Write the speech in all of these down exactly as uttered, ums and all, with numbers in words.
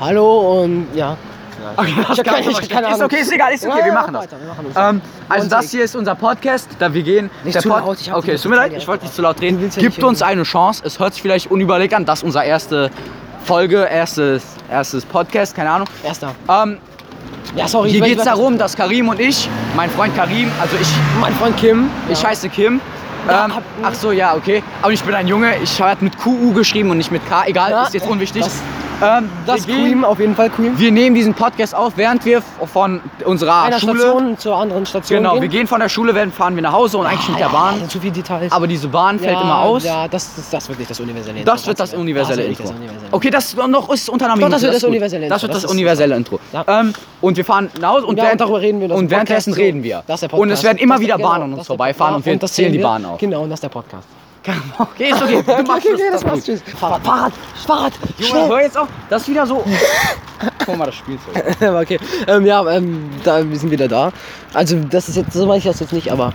Hallo und ja. Okay, das ich keine, ich keine ist okay, ist egal, ist okay, ja, wir machen das. Weiter, wir machen das. Ähm, also das hier ist unser Podcast, da wir gehen. Nicht der zu Pod laut, ich hab okay, es tut mir leid, ich wollte nicht zu laut reden. Gibt uns eine Chance, es hört sich vielleicht unüberlegt an, das ist unsere erste Folge, erstes, erstes Podcast, keine Ahnung. Erster. Ähm, ja, sorry. Hier geht es darum, dass Karim und ich, mein Freund Karim, also ich, mein Freund Kim, ich ja. heiße Kim. Ja, ähm, ach so, ja, okay. Aber ich bin ein Junge, ich habe mit Q U geschrieben und nicht mit K, egal, ja, ist jetzt unwichtig. Das, ähm, das Cream, auf jeden Fall Cream. Wir nehmen diesen Podcast auf, während wir von unserer Einer Schule... Station zur anderen Station Genau, gehen. wir gehen von der Schule, werden, fahren wir nach Hause und eigentlich mit der Bahn. Ja, zu viele Details. Aber diese Bahn fällt ja, immer aus. Ja, das, das, das wird nicht das universelle Intro. Das wird das universelle das Intro. Das universelle. Okay, das noch ist unter einer Doch, Minute. das wird das, das universelle Intro. Das wird das, das universelle Intro. Ja. Ähm, und wir fahren nach Hause und, ja, während, und darüber reden wir. Und währenddessen reden wir. Das ist der Podcast. Und es werden immer das wieder der, Bahnen genau, an uns vorbeifahren und wir und zählen die Bahn auf. Genau, und das ist der Podcast. Okay, ist okay. Du machst okay, okay, das, das war's. Tschüss. Fahrrad, Fahrrad, Fahrrad. Junge, hör jetzt auf. Das ist wieder so... Guck mal, das Spielzeug. Okay, ähm, ja, ähm, da, wir sind wieder da. Also, das ist jetzt, so meine ich das jetzt nicht, aber...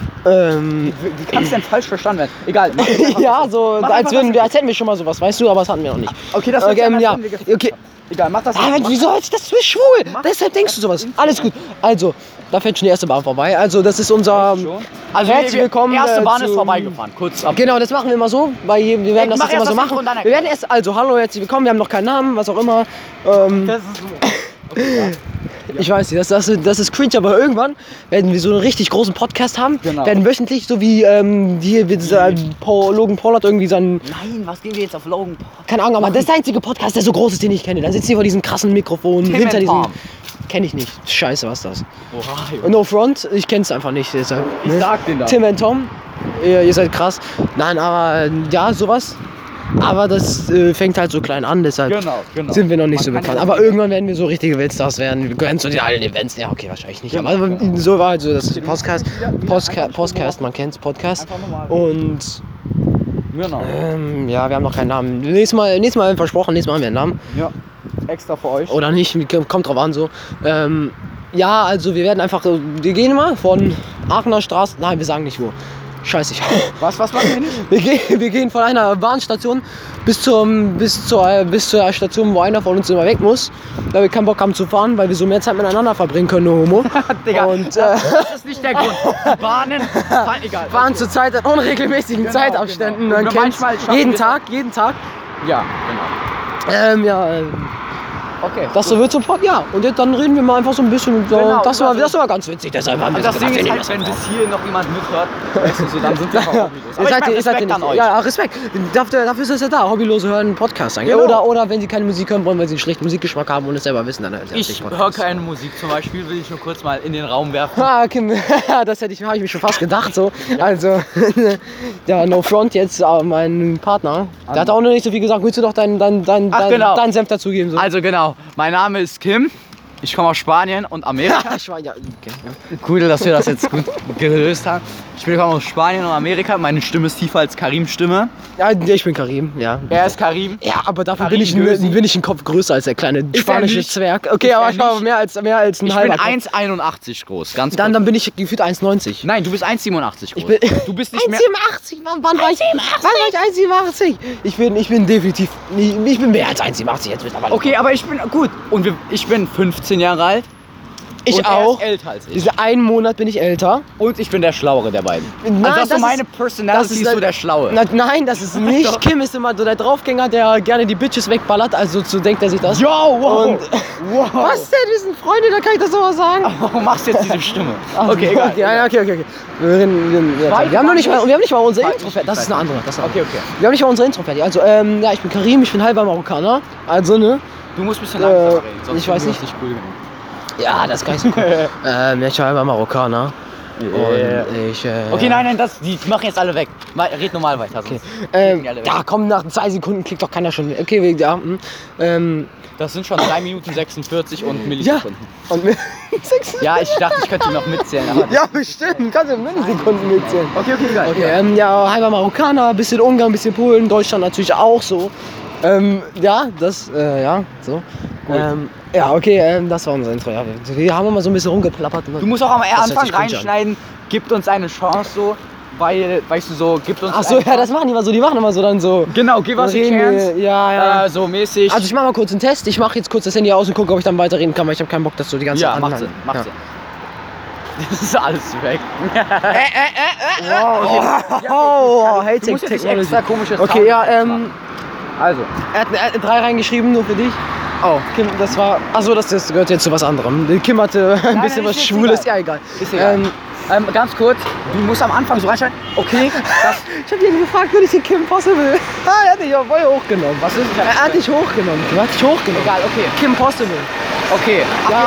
Ähm, wie, wie kann es denn falsch verstanden werden? Egal. Ja, so, als, würden wir, als hätten wir schon mal sowas, weißt du, aber das hatten wir noch nicht. Okay, das okay, ähm, ja. Okay. Egal, mach das. Ah, mach wieso das. sollst das? Du bist schwul. Deshalb denkst du sowas. Alles gut. Also, da fährt schon die erste Bahn vorbei. Also, das ist unser... Also, herzlich willkommen. Die erste Bahn äh, ist vorbeigefahren. Kurz ab. Genau, das machen wir immer so. Weil wir werden ich das jetzt immer so machen. Wir werden erst... Also, hallo, herzlich willkommen. Wir haben noch keinen Namen, was auch immer. Ähm, das ist so. Okay, ja. Ich weiß nicht, das, das, das ist cringe, aber irgendwann werden wir so einen richtig großen Podcast haben. Genau. Werden wöchentlich, so wie ähm, hier wird dieser Paul, Logan Paul hat irgendwie seinen... Nein, was gehen wir jetzt auf Logan Paul? Keine Ahnung, aber das ist der einzige Podcast, der so groß ist, den ich kenne. Da sitzen die vor diesen krassen Mikrofonen, Tim hinter diesem... Tom. Kenn ich nicht. Scheiße, was ist das? Oha, No Front, ich kenn's einfach nicht. Deshalb, ich ne? sag den da. Tim and Tom, ihr, ihr seid krass. Nein, aber ja, sowas. Aber das äh, fängt halt so klein an, deshalb genau, genau. sind wir noch nicht Man so kann bekannt. ja Aber irgendwann werden wir so richtige Weltstars werden. Wir gehören zu den allen Events. Ja, okay, wahrscheinlich nicht. Genau, aber genau. so war halt so das Podcast. Podcast, Podcast man kennt's, Podcast. Und Genau. ähm, ja, wir haben noch keinen Namen. Nächstes Mal, nächstes Mal versprochen, nächstes Mal haben wir einen Namen. Ja, extra für euch. Oder nicht, kommt drauf an so. Ähm, ja, also wir werden einfach, wir gehen mal von Aachener Straße, nein, wir sagen nicht wo. Scheiße, ich. Was, was machen wir nicht? Wir gehen, wir gehen von einer Bahnstation bis, zum, bis, zur, bis zur Station, wo einer von uns immer weg muss, weil wir keinen Bock haben zu fahren, weil wir so mehr Zeit miteinander verbringen können, nur Homo. Digga, und, äh, das ist nicht der Grund. Die Bahnen, fahren, egal. fahren zur Zeit in unregelmäßigen Genau, Zeitabständen. genau. Man Und kennt's. manchmal schaffen Jeden wir- Tag, jeden Tag. Ja, genau. Ähm, ja, ähm, Okay. das so wird zum Pod, ja. Und jetzt, dann reden wir mal einfach so ein bisschen. Und, so. Genau, das, war, also- das war ganz witzig, deshalb haben wir Das Ding ist gedacht, halt, wenn bis hier noch jemand mithört, weißt du, so, dann sind wir einfach Ja, hobbylos. ihr Aber seid, ich mein, ihr seid Respekt ja an nicht, euch. ja, Respekt. Dafür, dafür ist das ja da. Hobbylose hören einen Podcast eigentlich. Genau. Oder, oder wenn sie keine Musik hören wollen, weil sie einen schlechten Musikgeschmack haben und es selber wissen, dann halt Ich höre keine Musik zum Beispiel, will ich nur kurz mal in den Raum werfen. Ah, okay. Das hätte ich, habe ich mir schon fast gedacht. So. Also, ja, No Front jetzt, äh, mein Partner. Der hat auch noch nicht so viel gesagt. Willst du doch deinen dein, dein, Ach, dein, genau. deinen Senf dazugeben? So. Also genau, mein Name ist Kim. Ich komme aus Spanien und Amerika. Ich war, ja, okay, ja. Cool, dass wir das jetzt gut gelöst haben. Ich bin aus Spanien und Amerika. Meine Stimme ist tiefer als Karims Stimme. Ja, ich bin Karim, ja. Er ist Karim. Ja, aber dafür Karim bin ich, Gösi. ein, bin ich ein Kopf größer als der kleine er spanische nicht. Zwerg. Okay, Ist aber er ich war nicht. mehr als, mehr als ein Ich halber bin Kopf. eins Komma einundachtzig groß, ganz Dann, kurz. dann bin ich gefühlt eins Komma neunzig. Nein, du bist eins Komma siebenundachtzig groß. Ich bin du bist nicht mehr... eins Komma siebenundachtzig, wann, wann war ich? Wann war ich eins Komma siebenundachtzig? Ich bin, ich bin definitiv, nie- ich bin mehr als eins Komma siebenundachtzig jetzt mittlerweile. Okay, aber ich bin gut. Und wir, ich bin fünfzehn Jahre alt. ich und auch. Er ist älter als ich. Diese einen Monat bin ich älter. Und ich bin der Schlauere der beiden. Nein, also das ist so das meine ist- Personality, das ist ist so der- der Schlaue. Na, nein, das ist nicht. Kim ist immer so der Draufgänger, der gerne die Bitches wegballert. Also so denkt er sich das. Yo, wow. Und wow. was denn? Wir sind Freunde, da kann ich das sowas sagen. Warum machst du jetzt diese Stimme? Ach, Okay, egal. Okay, ja, okay, okay, okay. Wir, reden- wir, Weiter wir haben noch nicht mal, wir haben nicht mal unsere Weiter. Intro fertig. Das ist eine andere. Das ist eine Okay, andere. okay. Wir haben nicht mal unsere Intro fertig. Also, ähm, ja, ich bin Karim, ich bin halber Marokkaner. Also, ne? Du musst ein bisschen Äh, langsamer reden, sonst ich weiß finden wir nicht. das nicht cool. Ja, das ist gar nicht so cool. ähm, ich bin halber Marokkaner. Yeah. Und ich, äh, Okay, nein, nein, das, die machen jetzt alle weg. Mal, red normal weiter. Okay. Sonst Ähm, die alle weg. ja, komm, nach zwei Sekunden klickt doch keiner schon. Okay, wir- ja. hm. Ähm, Das sind schon drei Minuten sechsundvierzig und ja. Millisekunden. Und mit sechs. Ja, ich dachte, ich könnte die noch mitzählen. Aber Ja, bestimmt. Kannst du in Millisekunden mitzählen. Okay, okay, geil. Okay, ähm, ja, halber Marokkaner, bisschen Ungarn, bisschen Polen, Deutschland natürlich auch so. Ähm, ja, das, äh, ja, so. Ähm, ja, okay, ähm, das war unser Intro. Ja. Wir haben immer so ein bisschen rumgeplappert. Du musst auch am hört Anfang sich cringe an. reinschneiden, gibt uns eine Chance so. weil, weißt du, so, gibt uns... Ach so, eine ja, das Chance. machen die immer so, die machen immer so dann so. Genau, give us a reden chance. wir- Ja, ja. Äh, so mäßig. Also ich mach mal kurz einen Test, ich mach jetzt kurz das Handy aus und gucke, ob ich dann weiterreden kann, weil ich habe keinen Bock, dass du die ganze ja, Zeit macht anhalten. Sinn, macht ja. Sinn. Das ist alles weg. Wow, okay. oh, Du Hightech musst jetzt nicht Technology. extra komisches Okay, ja, Soundeffekte ähm, machen. Also. er hat, er hat eine drei reingeschrieben, nur für dich. Oh. Kim, das war, achso, das, das gehört jetzt zu was anderem. Kim hatte ein Nein, bisschen nein, was ist Schwules, egal. ja egal. Ist egal. Ähm, Ähm, ganz kurz, du musst am Anfang so reinschneiden. Okay, das, ich hab ihn gefragt, würde ich den Kim Possible? Ah, er hat dich ja voll hochgenommen. was ist? Ich hab- Er hat dich hochgenommen, Kim hat dich hochgenommen. Egal, okay. Kim Possible. Okay. Ja,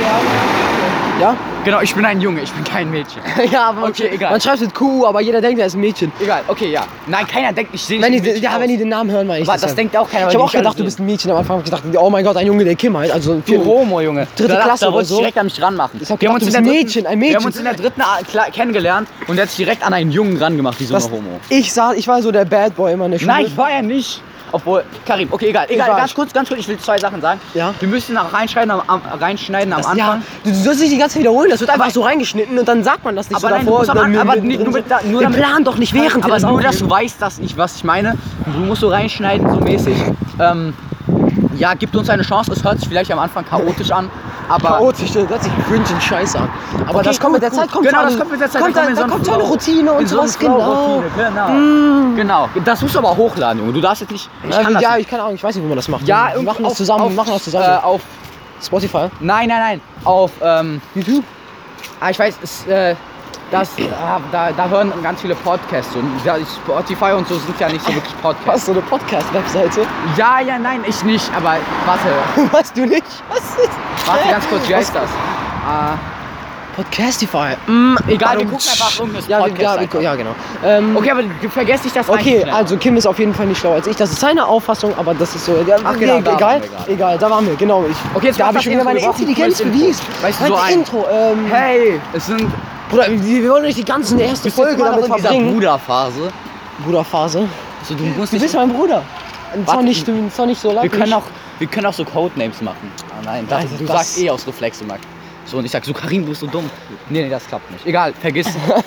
ja. Genau, ich bin ein Junge, ich bin kein Mädchen. Ja, aber man, Okay, egal. man schreibt mit Q, aber jeder denkt, er ist ein Mädchen. Egal, okay, ja. Nein, keiner denkt, ich sehe Wenn nicht die, wie ein Mädchen ja, aus. wenn die den Namen hören, meine ich Aber das. das dann. denkt auch keiner, weil Ich die habe auch nicht alle gedacht, du bist sehen. ein Mädchen. Am Anfang habe ich gedacht, oh mein Gott, ein Junge, der Kim halt. Also ein Du Homo, Junge. Dritte da, Klasse da oder wolltest du so. direkt an mich ranmachen. Ich hab wir haben gedacht, uns du in der bist ein dritten- Mädchen, ein Wir Mädchen. haben uns in der dritten A- Kla- kennengelernt und der hat sich direkt an einen Jungen rangemacht, wie so Das, eine Homo. ich sah, ich war so der Bad Boy immer in der Schule. Nein, ich war ja nicht. Obwohl, Karim, okay, egal. Egal, war- ganz kurz, ganz kurz, ich will zwei Sachen sagen. Ja. Wir müssen auch reinschneiden am, am, reinschneiden am das, Anfang. ja, du, du sollst nicht die ganze Zeit wiederholen, das wird einfach Aber- so reingeschnitten und dann sagt man das nicht Aber so nein, du davor. musst am dann An- aber mittendrin nicht- nur so. mit da- nur Wir damit- planen doch nicht während wir aber das nur, dass aufnehmen. du weißt, dass ich, was ich meine. Du musst so reinschneiden, so mäßig. Ähm, ja, gibt uns eine Chance. Es hört sich vielleicht am Anfang chaotisch an, aber... Chaotisch, das hört sich cringe und scheiße an. Aber Okay, das kommt mit der gut, Zeit, gut. kommt Genau, so das eine- kommt mit der Zeit. Kommt wir da, kommen in da so einen kommt so eine Flow. Routine In und so sowas, eine genau. Flow-Routine, genau. Mm. Genau. Das musst du aber hochladen, Junge. Du darfst jetzt nicht... Ich Ja, kann das ja, nicht. ich keine Ahnung, ich weiß nicht, wie man das macht. Ja, wir irgendwie machen das auf- zusammen, auf, wir machen das zusammen. Äh, auf... Spotify, Nein, nein, nein. Auf... Ähm, YouTube. ah, ich weiß, es... Äh, das, ah, da, da hören ganz viele Podcasts und ja, Spotify und so sind ja nicht so wirklich Podcasts. Hast du eine Podcast-Webseite? Ja, ja, nein, ich nicht, aber warte, Weißt du nicht? Was ist? warte ganz kurz, wie heißt das? Ah, Podcastify. Mm, Egal, wir ähm, gucken einfach irgendeine ja, wir- Podcast ja, wir, einfach. ja, genau. Ähm, okay, aber du vergesst nicht das Okay, reinzuschneiden. also Kim ist auf jeden Fall nicht schlauer als ich. Das ist seine Auffassung, aber das ist so. Ja, Ach, nee, genau, da egal, waren wir gerade. egal, da waren wir, genau. Ich, Okay, jetzt da mach habe das ich schon wieder Intro, meine wir brauchen ein Intelligenz cooles Intro. bewiesen. Weißt du, Mein so ein- Intro, ähm, Hey, es sind... Bruder, wir wir wollen nicht die ganze erste Bist du Folge immer noch damit in dieser verbringen. Bruderphase? Bruderphase. Also, du musst Du nicht... bist mein Bruder. Und zwar Warte, nicht, du zwar nicht so lang. wir können auch, wir können auch so Codenames machen. Ah nein, das, Nein, du das- sagst eh aus Reflex immer. So, und ich sag so, Karim, du bist so dumm. Nee, nee, das klappt nicht. Egal, vergiss.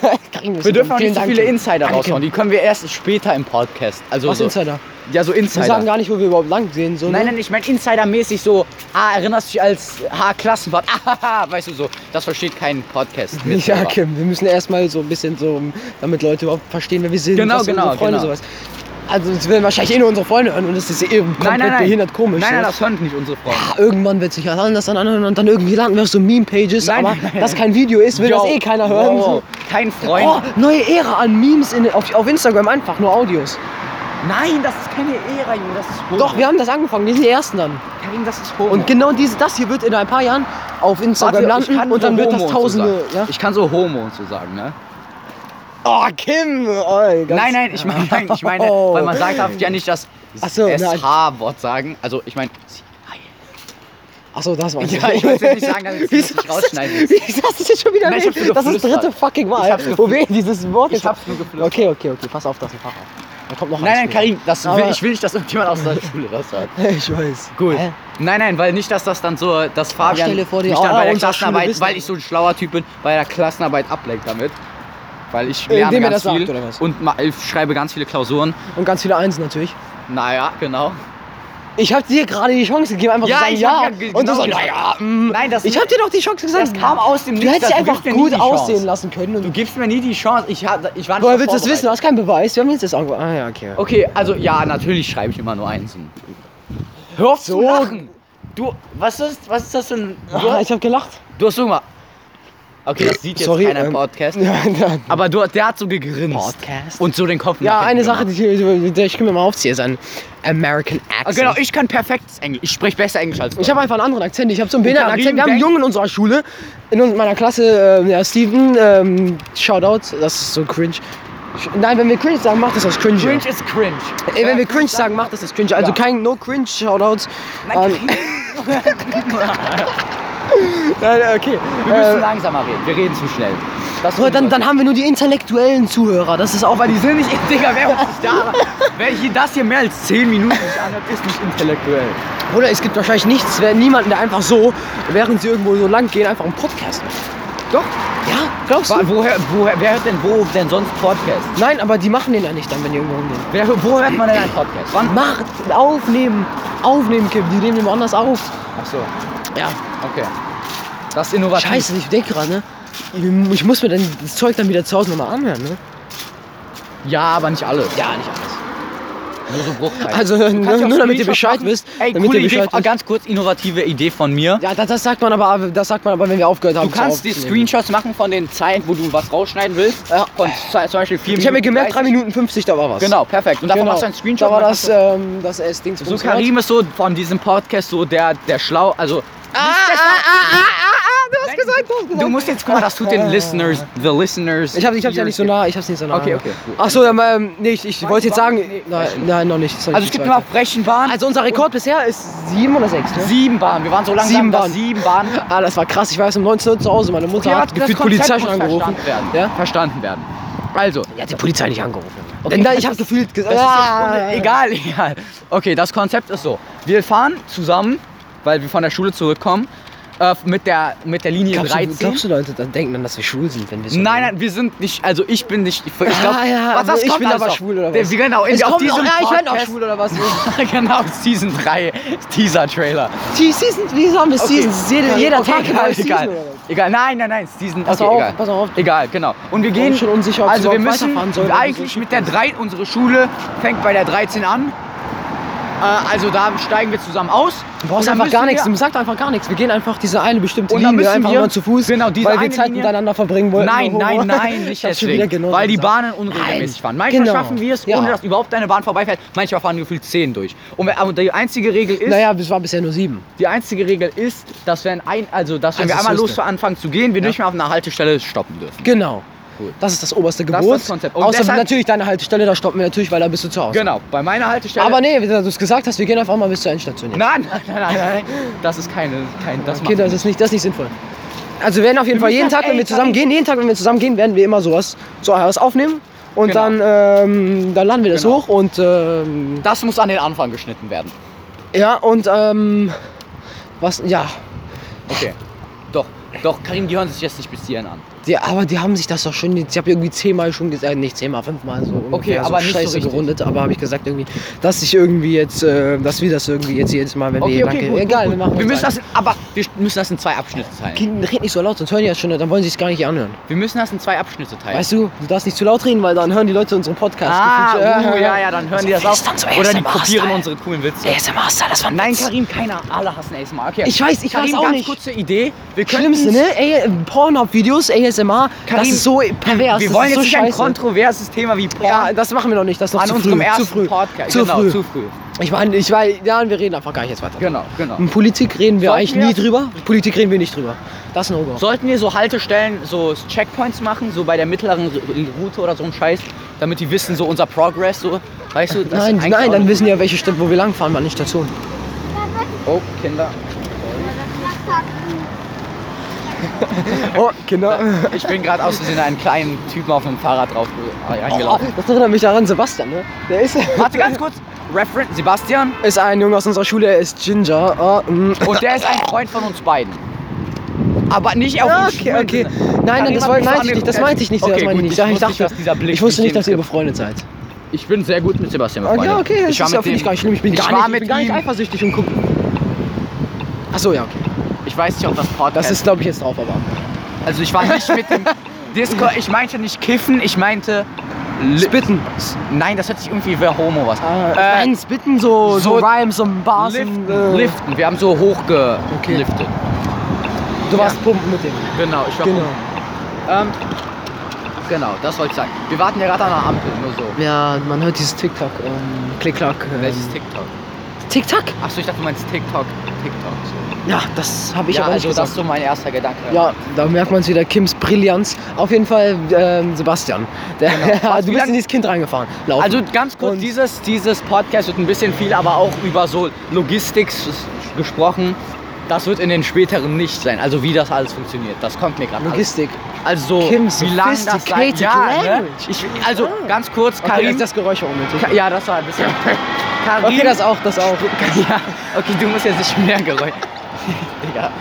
Wir dürfen auch nicht so viele Insider raushauen. Die können wir erst später im Podcast. Also Was so, Insider? Ja, so Wir sagen Insider. gar nicht, wo wir überhaupt lang gehen. So, Nein, ne? nein, ich meine Insider-mäßig so, ah, erinnerst du dich als H-Klassenfahrt? Ah, weißt du so, das versteht kein Podcast. Ja, Kim, wir müssen erstmal so ein bisschen so, damit Leute überhaupt verstehen, wer wir sind. Genau, was genau, unsere Freunde genau. sowas. Also, das werden wahrscheinlich eh nur unsere Freunde hören und das ist eh komplett Nein, nein, nein. behindert komisch. Nein, nein, ne? das hören nicht unsere Freunde. Ah, irgendwann wird sich das anders dann anhören und dann irgendwie landen wir auf so Meme-Pages, Nein, aber nein, nein, das nein. kein Video ist, will Yo, das eh keiner hören. wow, So. Kein Freund. Oh, neue Ära an Memes in, auf, auf Instagram, einfach nur Audios. Nein, das ist keine Ära, Junge, das ist Homo. Doch, wir haben das angefangen, die sind die ersten dann. Karim, das ist Homo. Und genau diese, das hier wird in ein paar Jahren auf Instagram Warte, ich landen kann und dann so wird Homo das und so tausende. sagen. Ja? Ich kann so Homo und so sagen, ne? Oh, Kim! Oh, ganz Nein, nein, ich meine, nein, ich meine, Oh. weil man sagt, darf ja nicht das Ach so, S nein. H-Wort sagen. Also, ich meine, Achso, das war ja, ich wollte jetzt nicht sagen, dass ich Wie das nicht rausschneiden will. Wie hast du das jetzt schon wieder Nein, ich erwähnt? hab's nur Das ist das geflüstert. dritte fucking Ich Mal, hab's wo wir dieses Wort Ich jetzt- hab's nur geflüstert. Okay, okay, okay, pass auf, das ist ein Fahrer. Da kommt noch Nein, nein, eins Karim, das will, Aber- ich will nicht, dass irgendjemand aus der Schule das hört. später. Ich weiß. Gut. Hä? Nein, nein, weil nicht, dass das dann so, dass Fabian stell dir vor, die- mich dann oh, bei der unsere Schule Klassenarbeit, wissen- weil ich so ein schlauer Typ bin, bei der Klassenarbeit ablenkt damit. Weil ich lerne Indem er ganz das viel sagt, oder was? und ma- ich schreibe ganz viele Klausuren. Und ganz viele Eins natürlich. Naja, genau. Ich hab dir gerade die Chance gegeben, einfach Ja, zu sagen, ich ja. hab ja ge- und du genau so, gesagt. naja, mm. Nein, das Ich hab dir doch die Chance gesagt. Das kam aus dem Du Nichts, hättest das dich einfach gibst mir nie gut die Chance. aussehen lassen können. Du Und gibst mir nie die Chance. Ich, hab, ich war nicht woher drauf willst du das wissen? Du vorbereitet. hast keinen Beweis. Wir haben jetzt das irgendwo. Ah ja, okay. Okay, also ja, natürlich schreibe ich immer nur Einsen. Hör auf So. zu lachen. Du, was ist, was ist das für ein... Du, Ah, ich hab gelacht. du hast so mal... Okay, das sieht jetzt Sorry, keiner im ähm, Podcast. Ja, ja. Aber du, der hat so gegrinst. Podcast? Und so den Kopf Ja, nach hinten eine Sache, gemacht. die, die ich mir mal aufziehe, ist ein American Ah, Accent. genau, ich kann perfektes Englisch. Ich spreche besser Englisch als du. Ich habe einfach einen anderen Akzent. Ich habe so einen behinderten Karim Akzent. Wir haben einen denkt- Jungen in unserer Schule, in uns- meiner Klasse, äh, ja, Steven, ähm, Shoutout, das ist so cringe. Sch- Nein, wenn wir cringe sagen, macht das das cringe. Cringe ist cringe. Ey, wenn wir cringe sagen, macht das das cringe. Also Ja. kein No Cringe Shoutouts. Nein, Ähm, Nein, okay. wir müssen Äh, langsamer reden. Wir reden zu schnell. Das so, dann, dann haben wir nur die intellektuellen Zuhörer. Das ist auch Aber die sind nicht... Digga, wer ruft sich da? Wer hier das hier mehr als zehn Minuten sich anhört, ist nicht intellektuell. Oder es gibt wahrscheinlich nichts, wer- niemanden, der einfach so, während sie irgendwo so lang gehen, einfach einen Podcast macht. Doch, Ja, glaubst du? Wa- Woher, woher, wer hört denn wo denn sonst Podcast? Nein, aber die machen den ja nicht dann, wenn die irgendwo rumgehen. Wer, wo hört man denn einen Podcast? Wann? Macht, aufnehmen, aufnehmen, Kim. Die nehmen den woanders auf. Ach so, Ja. okay. Das ist innovativ. Scheiße, ich denke gerade, ne? Ich- Ich muss mir dann das Zeug dann wieder zu Hause nochmal anhören, ne? Ja, aber nicht alles. Ja, nicht alles. Nur so Bruchteile. Also, Du nur, kannst ja auch nur damit ihr Screenshots Bescheid machen. wisst. Ey, damit coole ihr Idee, Bescheid wisst. ganz kurz, innovative Idee von mir. Ja, das, das sagt man aber, das sagt man aber, wenn wir aufgehört haben. Du kannst die Screenshots machen von den Zeilen, wo du was rausschneiden willst. Ja. Von z- zum Beispiel vier Ich habe mir Minuten gemerkt, drei dreißig. Minuten fünfzig, da war was. Genau, perfekt. Und davon Genau. machst du einen Screenshot. Da war und das, dann kannst ähm, das S-Ding du- So Karim ist so von diesem Podcast so der, der schlau, also Ah, ah, ah, ah, ah, du hast Nein, gesagt, du hast gesagt. du musst jetzt, guck mal, das tut den Listeners, the Listeners. Ich, hab, ich hab's ja nicht so nah, ich hab's nicht so nah. Okay, okay, gut. Ach so, ja, ähm, nee, ich, ich wollte jetzt sagen, Nee, nein, nein, noch nicht. Das soll Also ich es gibt nicht immer weiter. Brechenbahn. Also unser Rekord bisher ist sieben oder sechs, ne? sieben Bahnen. Wir waren so langsam, Sieben dass Bahnen. sieben Bahnen. Ah, das war krass. Ich war erst um neunzehn Uhr zu Hause. Meine Mutter Okay, hat das gefühlt Konzept Polizei muss schon angerufen. verstanden werden. Ja? Verstanden werden. Also, Die hat die Polizei nicht angerufen. Okay, Denn da, ich das habe ist- gefühlt gesagt, das ist ah, jetzt, egal, egal. Okay, das Konzept ist so. Wir fahren zusammen, weil wir von der Schule zurückkommen, äh, mit, der, mit der Linie Glaubst du, dreizehn. glaubst du, Leute dann denken dann, dass wir schwul sind, wenn wir so Nein, nein, wir sind nicht, also ich bin nicht, ich glaube, Ah, ja, was, das ich kommt bin alles aber noch. schwul oder Der- was? wie Genau, in, Es auf kommt diesem noch, ja, ich werde auch Podcast- schwul oder was? Genau, Season drei, Teaser-Trailer. Die Season, wie haben wir Seasons? Jeder, jeder okay, Tag eine egal, neue Season egal. oder was? Egal, nein, nein, nein, Season, Pass okay, auf, egal. pass auf. Egal, genau. Und wir bin gehen, schon unsicher, ob es also wir überhaupt müssen weiterfahren soll, wenn eigentlich wir so mit der drei, unsere Schule fängt bei der dreizehn an. Äh, also da steigen wir zusammen aus. Du brauchst Und dann einfach gar müssen nichts, wir- du sagst einfach gar nichts. Wir gehen einfach diese eine bestimmte Und dann Linie müssen einfach wir- immer zu Fuß, genau, diese weil wir eine Zeit Linie- miteinander verbringen wollen. Nein, nein, nein, nicht Ich hab's schon wieder deswegen. genossen Weil die gesagt. Bahnen unregelmäßig fahren. Manchmal Genau. schaffen wir es, Ja. ohne dass überhaupt eine Bahn vorbeifährt. Manchmal fahren gefühlt zehn durch. Und wir- aber die einzige Regel ist, Naja, es war bisher nur sieben. die einzige Regel ist, dass wenn ein, also dass wenn Also wir einmal das los Höchste. anfangen zu gehen, wir Ja. nicht mehr auf einer Haltestelle stoppen dürfen. Genau. Gut. Das ist das oberste Das ist Gebot. das Konzept. Und Außer deshalb- natürlich deine Haltestelle, da stoppen wir natürlich, weil da bist du zu Hause. Genau, bei meiner Haltestelle. Aber nee, wie du es gesagt hast, wir gehen einfach mal bis zur Endstation. Jetzt. Nein, nein, nein, nein, nein. Das ist keine, kein, das Okay, das ist nicht, das ist nicht sinnvoll. Also wir werden auf jeden Wir Fall müssen jeden das- Tag, wenn ey, wir zusammen gehen, jeden Tag, wenn wir zusammen gehen, werden wir immer sowas, so was aufnehmen und Genau. dann, ähm, dann laden wir das Genau. hoch und ähm, Das muss an den Anfang geschnitten werden. ja und ähm, was, ja, Okay. Doch, doch, Karim, die hören sich jetzt nicht bis hierhin an. die, aber die haben sich das doch schon, ich habe irgendwie zehnmal schon gesagt, nicht zehnmal, fünfmal so ungefähr, aber so nicht so scheiße richtig. gerundet, aber habe ich gesagt irgendwie, dass ich irgendwie jetzt, äh, dass wir das irgendwie jetzt jedes Mal, wenn wir Okay, hier okay, lang gut, gehen, egal, gut, wir gut. machen Wir uns müssen ein. das, in- aber wir müssen das in zwei Abschnitte teilen. Kind, red nicht so laut, sonst hören die das schon, dann wollen sie es gar nicht anhören. Wir müssen das in zwei Abschnitte teilen. Weißt du, du darfst nicht zu laut reden, weil dann hören die Leute unseren Podcast. Ah, Gefühlt, uh, ja, ja, dann hören die das auch. ist dann so Oder die A S M kopieren R-Style. unsere coolen Witze. A S M R-Style, das war ein Nein, Witz. Karim, keiner. Alle hassen A S M R. Okay. Ich weiß, ich Karim, weiß auch ganz nicht. kurze Idee. Wir Schlimmste, könnten- ne? Ey, Pornhub-Videos, A S M R, das Karim, ist so pervers, Wir das wollen ist jetzt so nicht ein scheiße. kontroverses Thema wie Porn Ja, das machen wir noch nicht, das ist noch an zu unserem früh. ersten zu früh. Podcast. Zu genau, früh. zu früh. Ich meine, ich weiß, ja, wir reden einfach gar nicht jetzt weiter. Genau, genau. In Politik reden wir Sollten eigentlich wir nie das- drüber. Politik reden wir nicht drüber. Das ist ein No-Go. Sollten wir so Haltestellen, so Checkpoints machen, so bei der mittleren R- Route oder so ein Scheiß, damit die wissen, so unser Progress, so, weißt du? das Nein, ist eigentlich nein, auch dann nicht- wissen die ja, welche Stadt, wo wir langfahren, wann die Station. Oh, Kinder. Oh, Kinder. Ich bin gerade aus Versehen einen kleinen Typen auf einem Fahrrad drauf Oh, reingelaufen. das erinnert mich daran, Sebastian, ne? Der ist, Warte ganz kurz. Referent Sebastian. ist ein Junge aus unserer Schule, er ist Ginger. Oh, mm. Und der ist ein Freund von uns beiden. Aber nicht auf Ja, dem okay, schwulen okay. Sinne. Nein, nein, Karim das hat wollte- mich so meinte ich nicht, das angeguckt. meinte ich nicht, Okay, das meinte gut, ich nicht. ich Ja, ich wusste dachte, nicht, dass dieser Blick ich wusste nicht nicht, dass ihr den- befreundet seid. Ich bin sehr gut mit Sebastian Okay, befreundet. okay, das ich war ist ja, mit finde ich dem, gar nicht schlimm. Ich bin, ich gar, war nicht, ich mit bin gar nicht ihm- eifersüchtig und guck. Achso, ja, okay. Ich weiß nicht, ob das Podcast Das ist, glaube ich, jetzt drauf, aber. Also ich war nicht mit dem Disco, ich meinte nicht kiffen, ich meinte li- Spitten. Nein, das hört sich irgendwie wie Homo was. Äh, Äh, nein, Spitten, so, so, so Rhymes, so Bars. liften, äh, liften. Wir haben so hochgeliftet. Okay. Du warst pumpen mit dem. Genau, ich war Genau. Ähm, genau, das wollte ich sagen. Wir warten ja gerade an der Ampel, nur so. Ja, man hört dieses TikTok, ähm, Klick-Klack. Ähm, Welches TikTok? TikTok? Achso, ich dachte, du meinst TikTok. TikTok. So. Ja, das habe ich ja, aber nicht also das gesagt. ist so mein erster Gedanke. Ja, da merkt man es wieder, Kims Brillanz. Auf jeden Fall ähm, Sebastian. Der, Genau. Was, du wie bist lang- in dieses Kind reingefahren. Laufen. Also ganz kurz, Und- dieses, dieses Podcast wird ein bisschen viel, aber auch über so Logistik s- gesprochen. Das wird in den späteren nicht sein. Also wie das alles funktioniert. Das kommt mir gerade. Logistik. Also so, Kim's wie lang das sein sophisticated ja, ne? language. ich, Also Ah. ganz kurz, Okay, Karim. das, das Geräusch war unnötig. Ka- ja, das war ein bisschen. Karim. Okay, das auch, das auch. Ja, okay, du musst jetzt nicht mehr Geräusch. Ja.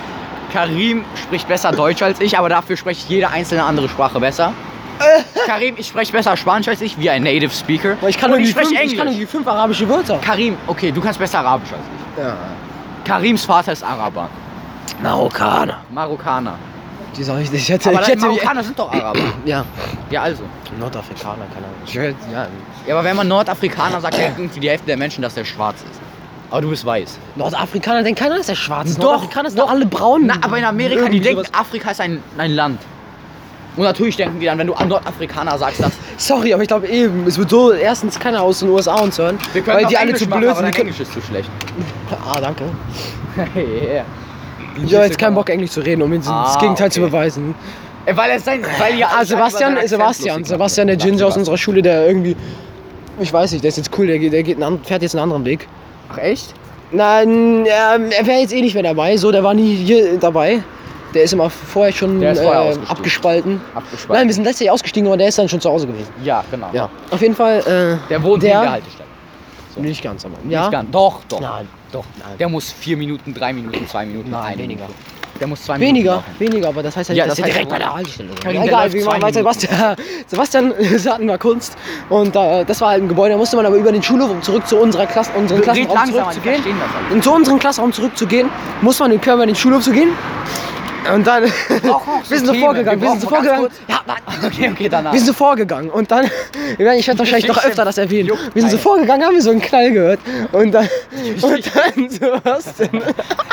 Karim spricht besser Deutsch als ich, aber dafür spreche ich jede einzelne andere Sprache besser. Karim, ich spreche besser Spanisch als ich, wie ein Native Speaker. Aber ich kann Und irgendwie ich spreche fünf, Englisch. ich kann irgendwie fünf arabische Wörter. Karim, okay, du kannst besser Arabisch als ich. Ja. Karims Vater ist Araber. Marokkaner. Marokkaner. Die sag ich nicht. Ich hätte, Aber ich dann, hätte Marokkaner sind doch Araber. Ja. Ja, also. Nordafrikaner, keine Ahnung. Ich hätte, ja. Ja, aber wenn man Nordafrikaner sagt, denkt irgendwie die Hälfte der Menschen, dass der schwarz ist. Aber du bist weiß. Nordafrikaner denkt keiner, dass der schwarz ist. Doch, Nordafrikaner sind doch alle braun. Na, aber in Amerika, die Irgendwie denken, sowas. Afrika ist ein, ein Land. Und natürlich denken die dann, wenn du an Nordafrikaner sagst, dass Sorry, aber ich glaube eben, es wird so erstens keiner aus den U S A uns hören. wir können weil auch die alle Englisch zu machen, blöd aber sind. dein Die können, Englisch ist zu schlecht. ah, danke. yeah. Ich habe jetzt keinen Bock, Englisch zu reden, um ihnen Ah, das Gegenteil okay. zu beweisen. Äh, Weil es sein, weil ihr Ah, Sebastian, Sebastian, Sebastian, der Ginger aus unserer Schule, der irgendwie, ich weiß nicht, der ist jetzt cool, der, geht- der geht einen, fährt jetzt einen anderen Weg. Ach echt? Nein, ähm, er wäre jetzt eh nicht mehr dabei, so, der war nie hier dabei. Der ist immer vorher schon Der ist vorher äh, ausgestiegen. abgespalten. Abgespalten. Nein, wir sind letztes Jahr ausgestiegen, aber der ist dann schon zu Hause gewesen. Ja, genau. Ja, auf jeden Fall, äh, Der wohnt der, in der Haltestelle. Nicht ganz, aber. Ja? Nicht ganz. Doch, doch. Nein. Doch. Nein. Der muss vier Minuten, drei Minuten, zwei Minuten, Nein, eine weniger. Minute. Der muss zwei Minuten Weniger, laufen. weniger, aber das heißt ja nicht, Ja, dass das der heißt, direkt er- bei der Haltestelle ist. Karim, Ja, der egal, läuft wir zwei machen weiter. Minuten. Sebastian, Sebastian, wir hatten mal Kunst und äh, das war halt ein Gebäude, da musste man aber über den Schulhof, um zurück zu unserer Klasse, unseren Red Klassenraum langsamer, die zurückzugehen. verstehen das alle. Und zu unserem Klassenraum zurückzugehen, muss man den Körper in den Schulhof zu gehen. Und dann, wir brauchen auch so sind so Themen. vorgegangen, wir Wir sind so brauchen mal vorgegangen. ganz Ja, warte. Okay, okay, danach. Wir sind so vorgegangen und dann, ich werde ich werd wahrscheinlich noch öfter das erwähnen. Juckt Wir sind so keinen. vorgegangen, haben wir so einen Knall gehört und dann, und dann, so was denn?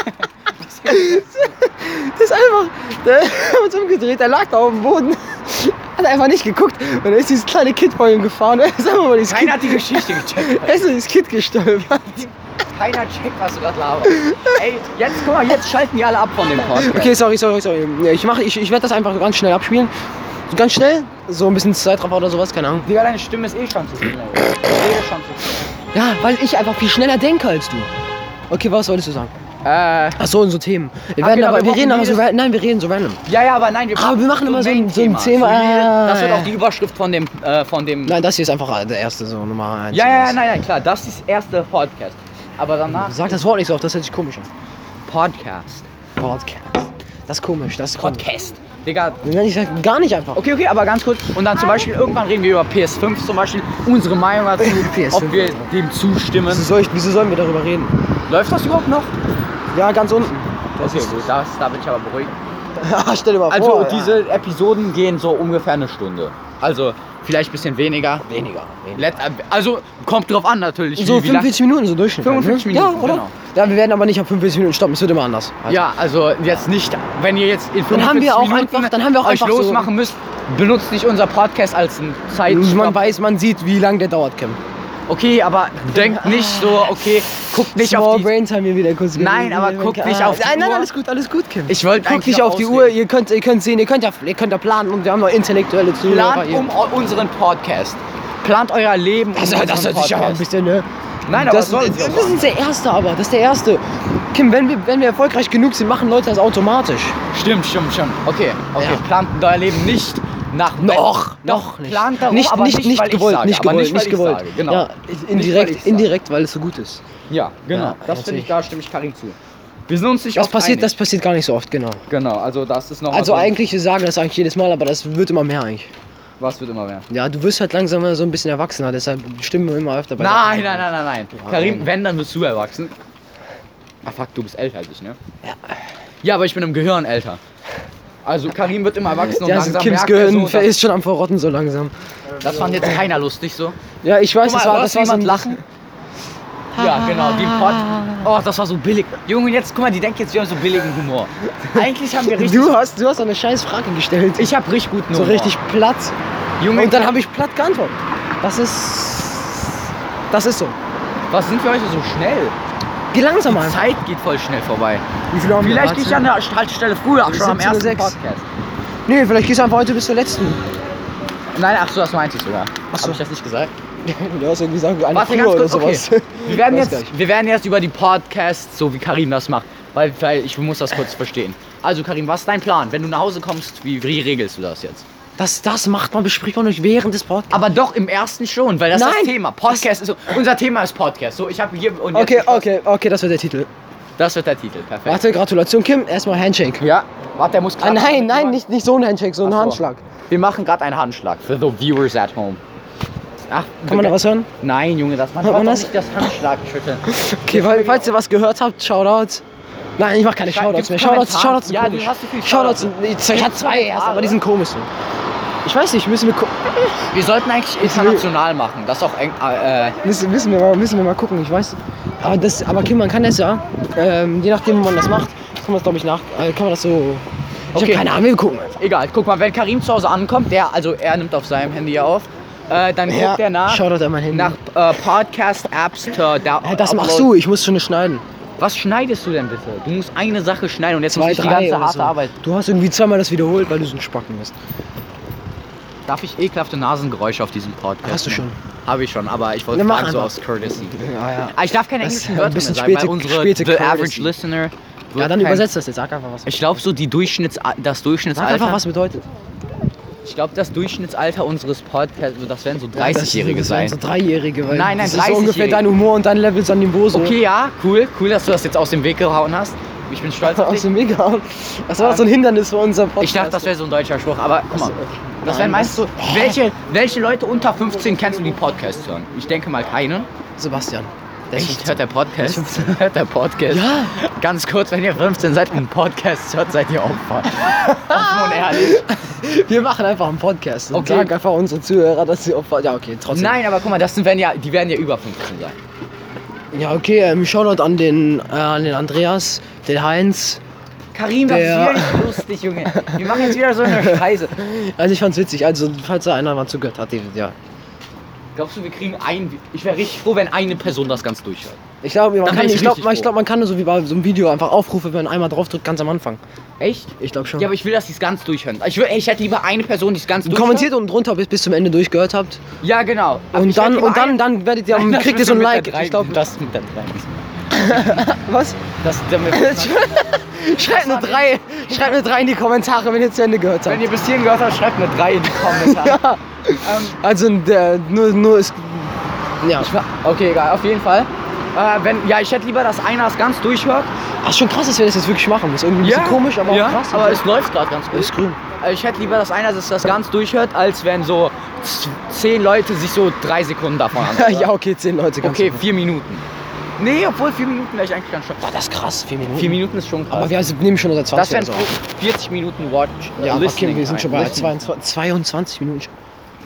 Das ist einfach, der hat uns umgedreht, der lag da auf dem Boden, hat einfach nicht geguckt und dann ist dieses kleine Kind vor ihm gefahren. Er ist einfach mal dieses Keiner Kind, hat die Geschichte gecheckt. er ist so dieses Kind gestolpert. Keiner checkt, was du gerade laberst. Ey, jetzt, guck mal, jetzt schalten die alle ab von dem Podcast. Okay, sorry, sorry, sorry. Ja, Ich, mach- ich, ich werde das einfach ganz schnell abspielen. So ganz schnell, so ein bisschen Zeitraffer oder sowas, keine Ahnung. Digga, deine Stimme ist eh schon zu schnell. Ich rede schon zu Ja, weil ich einfach viel schneller denke als du. Okay, was wolltest du sagen? schnell. Äh, Ach so, in so Themen. Wir, Ach, werden genau, aber, wir wir reden machen aber so, jedes- ra- nein, wir reden so random. ja, ja, aber nein, wir Aber wir machen immer so ein- so ein Thema, So wie- ah, das wird ja. auch die Überschrift von dem, äh, von dem... Nein, das hier ist einfach der erste, so Nummer eins. ja, ja, ja, nein, nein, klar, das ist das erste Podcast. Aber danach... Sag das Wort nicht so oft, das hört sich komisch an. Podcast. Podcast. Das ist komisch, das ist komisch. Podcast. Digga, Nein, ich sag gar nicht einfach. okay, okay, aber ganz kurz. Und dann zum Beispiel, irgendwann reden wir über P S fünf zum Beispiel. Unsere Meinung dazu, P S fünf, ob wir Alter. dem zustimmen. Wieso, soll ich, wieso sollen wir darüber reden? Läuft das überhaupt noch? Ja, ganz unten. Das Okay, ist, gut, das, da bin ich aber beruhigt. Ah, stell dir mal Also vor. diese Episoden gehen so ungefähr eine Stunde. Also vielleicht ein bisschen weniger. ja. Weniger. weniger. Let, also kommt drauf an natürlich. So wie, wie lang- fünfundvierzig Minuten so Durchschnitt. fünfundvierzig ne? Minuten, Ja, oder? genau. Ja, wir werden aber nicht auf fünfundvierzig Minuten stoppen, es wird immer anders. Also, Ja, also jetzt nicht, wenn ihr jetzt in Dann haben wir fünfundvierzig auch Minuten einfach- dann haben wir auch euch einfach so- losmachen müsst, benutzt nicht unser Podcast als ein Zeit. Man weiß, man sieht, wie lange der dauert, Kim. Okay, aber denkt nicht so, okay, guckt nicht Small auf die... Brain Time hier wieder kurz. Nein, aber guck nicht auf die Nein, nein, Uhr. alles gut, alles gut, Kim. Ich wollte Guck eigentlich nicht noch auf die ausreden. Uhr, ihr könnt, ihr könnt sehen, ihr könnt ja, ihr könnt ja planen und wir haben noch intellektuelle Zuhörer. Plant hier. um eu- unseren Podcast. Plant euer Leben um Das, unseren das hört sich aber ein Podcast. bisschen, ne? Nein, aber das, soll das, das ist der erste aber, das ist der erste. Kim, wenn wir, wenn wir erfolgreich genug sind, machen Leute das automatisch. Stimmt, stimmt, stimmt. Okay, okay. Ja. Plant euer Leben nicht nach... Noch, Doch, noch nicht. Plant darum, nicht, aber nicht, nicht, nicht weil gewollt, ich sage. nicht aber gewollt, nicht, weil nicht ich gewollt. Sage. Genau. Ja, Nicht, weil ich indirekt, sage. indirekt, weil es so gut ist. Ja, genau. Ja, das finde natürlich. ich, da stimme ich Karin zu. Wir sind uns nicht Das oft passiert, einig. das passiert gar nicht so oft, genau. Genau, also das ist noch Also mal so, eigentlich, wir sagen das eigentlich jedes Mal, aber das wird immer mehr eigentlich. Was wird immer mehr? Ja, du wirst halt langsam mal so ein bisschen erwachsener, deshalb stimmen wir immer öfter bei Nein, nein, nein, nein, nein. Ja, Karim, nein. wenn, dann wirst du erwachsen. Ah fuck, du bist älter als ich, ne? Ja. Ja, aber ich bin im Gehirn älter. Also Karim wird immer erwachsen und Ja, langsam Kims merkt er Gehirn so, dass, ist schon am Verrotten so langsam. das fand jetzt keiner lustig so. Ja, ich weiß, Guck das mal, war, hörst das du war so jemand ein lachen? Ja, genau, die Pod. Oh, das war so billig. Junge, jetzt guck mal, die denken jetzt, wir haben so billigen Humor. Eigentlich haben wir richtig. Du hast, du hast eine scheiß Frage gestellt. Ich hab richtig guten so Humor. richtig platt. Junge, Und dann habe ich platt geantwortet. Das ist. Das ist so. was sind wir heute so schnell? Geh langsam mal. Die Zeit geht voll schnell vorbei. Wie viel haben wir? Vielleicht gehe ich an der Haltestelle früher, schon am siebzehn Uhr ersten sechs. Podcast. Nee, vielleicht gehst du einfach heute bis zur letzten. Nein, ach so, das meinte ich sogar. Ach so. Hab ich das nicht gesagt? Du hast irgendwie gesagt, eine Warte, Uhr ganz oder kurz, okay. sowas. Wir werden, Weiß gar jetzt, nicht. wir werden jetzt über die Podcasts, so wie Karim das macht, weil, weil ich muss das kurz verstehen. Also Karim, was ist dein Plan? Wenn du nach Hause kommst, wie, wie regelst du das jetzt? Das, das macht man, bespricht man nicht während des Podcasts. Aber doch im ersten schon, weil das ist Nein. das Thema. Podcast ist so, unser Thema ist Podcast. So, ich habe hier und jetzt Okay, beschlossen- okay, okay, das wird der Titel. Das wird der Titel, perfekt. Warte, Gratulation, Kim. Erstmal Handshake. Ja, warte, der muss Ah, nein, nein, nicht, nicht so ein Handshake, so ein Ach so. Handschlag. Wir machen gerade einen Handschlag für the viewers at home. Ach, Kann man da was hören? Nein, Junge, das man Hört hört man doch das? nicht das Handschlag schütteln. Okay, weil, falls ihr was gehört habt, Shoutouts. Nein, ich mach keine Schreib- Shoutouts mehr. gibt's Shoutouts, Kommentare? Shoutouts sind Ja, du komisch. hast so viel Shoutouts Shoutouts. sind, ich hatte zwei erst, aber die sind komisch. So. Ich weiß nicht, müssen wir gucken. Wir sollten eigentlich international machen. Das ist auch eng. Äh, Müssen, müssen, wir mal, müssen wir mal gucken, ich weiß. Aber, das, aber Kim, man kann das ja, ähm, je nachdem, wo man das macht, kann man das, glaube ich, nach. Äh, kann man das so. Ich Okay. hab keine Ahnung, wir gucken einfach. egal, guck mal, wenn Karim zu Hause ankommt, der, also er nimmt auf seinem Handy auf, äh, dann Ja, guckt er nach, Shoutout an mein Handy. nach äh, Podcast-Apps. Da, Ja, das machst du, ich muss schon schneiden. Was schneidest du denn bitte? Du musst eine Sache schneiden und jetzt Zwei, muss ich die drei ganze oder harte so. Arbeit. Du hast irgendwie zweimal das wiederholt, weil du so ein Spacken bist. Darf ich ekelhafte Nasengeräusche auf diesem Podcast? Hast du schon. Habe ich schon, aber ich wollte Dann mach fragen, so einfach. aus Courtesy. Ja, ja. Ah, ich darf keine Das englischen ist ein Wörter bisschen mehr sagen, weil späte- unsere späte the Courtesy. average listener Ja, wird dann kein- übersetzt das jetzt, sag einfach was. Ich glaube so die Durchschnitts das Sag Durchschnittsalter. einfach, was bedeutet. Ich glaube das Durchschnittsalter unseres Podcasts, das werden so Ja, das- dreißigjährige das werden sein. So Dreijährige, weil Nein, nein, das ist so ungefähr dreißigjährige. dein Humor und dein Level an Niveau so. Okay, ja, cool, cool, dass du das jetzt aus dem Weg gehauen hast. Ich bin stolz auf Aus dich. dem Weg gehauen. Das war doch so ein Hindernis für unser Podcast. Ich dachte, das wäre so ein deutscher Spruch, aber guck mal. Das Nein, wären meistens so. das- Welche, welche Leute unter fünfzehn kennst du, die Podcasts hören? Ich denke mal keine. Sebastian. Der ist Echt? Hört der Podcast? Der ist Hört der Podcast? Ja. Ganz kurz, wenn ihr fünfzehn seid und einen Podcast hört, seid ihr Opfer. Offen und ehrlich. Wir machen einfach einen Podcast und Okay. sagen einfach unsere Zuhörer, dass sie Opfer. Ja, okay, trotzdem. Nein, aber guck mal, das sind, werden ja, die werden ja über fünfzehn sein. Ja, okay, ähm, Shoutout an den, äh, an den Andreas, den Heinz. Karim, das ist Der- wieder nicht lustig, Junge. Wir machen jetzt wieder so eine Scheiße. Also ich fand's witzig, also falls da einer mal zugehört hat, ja. Glaubst du, wir kriegen ein. Ich wäre richtig froh, wenn eine Person das ganz durchhört. Ich glaube, man, Dann kann- wär ich ich glaub, richtig ich glaub, man kann nur so wie bei so einem Video einfach Aufrufe, wenn man einmal drauf drückt, ganz am Anfang. Echt? Ich glaube schon. Ja, aber ich will, dass die es ganz durchhören. Ich, will, ich hätte lieber eine Person, die es ganz durchhört. Kommentiert unten drunter, bis bis zum Ende durchgehört habt. Ja, genau. Aber Und ich hätte dann, lieber und dann, eine- dann werdet ihr, Nein, das kriegt ihr so ein müssen wir Like. mit der Ich glaube, drei- Das mit der drei. was? Das, damit, Schreibt eine drei, schreibt eine drei in die Kommentare, wenn ihr zu Ende gehört wenn habt. ihr bis hierhin gehört habt, schreibt eine drei in die Kommentare. Ja. ähm, Also der, nur, nur ist, ja. ich war, okay, egal, auf jeden Fall. Äh, wenn, ja, ich hätte lieber, dass einer es ganz durchhört. Ach, schon krass, dass wir das jetzt wirklich machen. Das ist irgendwie ein bisschen komisch, aber ja, auch krass. aber es läuft gerade ganz gut. ist grün. Äh, Ich hätte lieber, dass einer das das ganz durchhört, als wenn so z- zehn Leute sich so drei Sekunden davon anhören. Ja, okay, zehn Leute. ganz Okay, gut. vier Minuten. Nee, obwohl vier Minuten wäre ich eigentlich ganz schön. Boah, das ist krass, vier Minuten. Vier Minuten ist schon krass. Aber wir also, nehmen schon unter das zwanzig wären oder so. vierzig Minuten Watch. äh, Ja, okay, Listening wir sind Time. schon bei Listening. zweiundzwanzig, zweiundzwanzig Minuten. schon.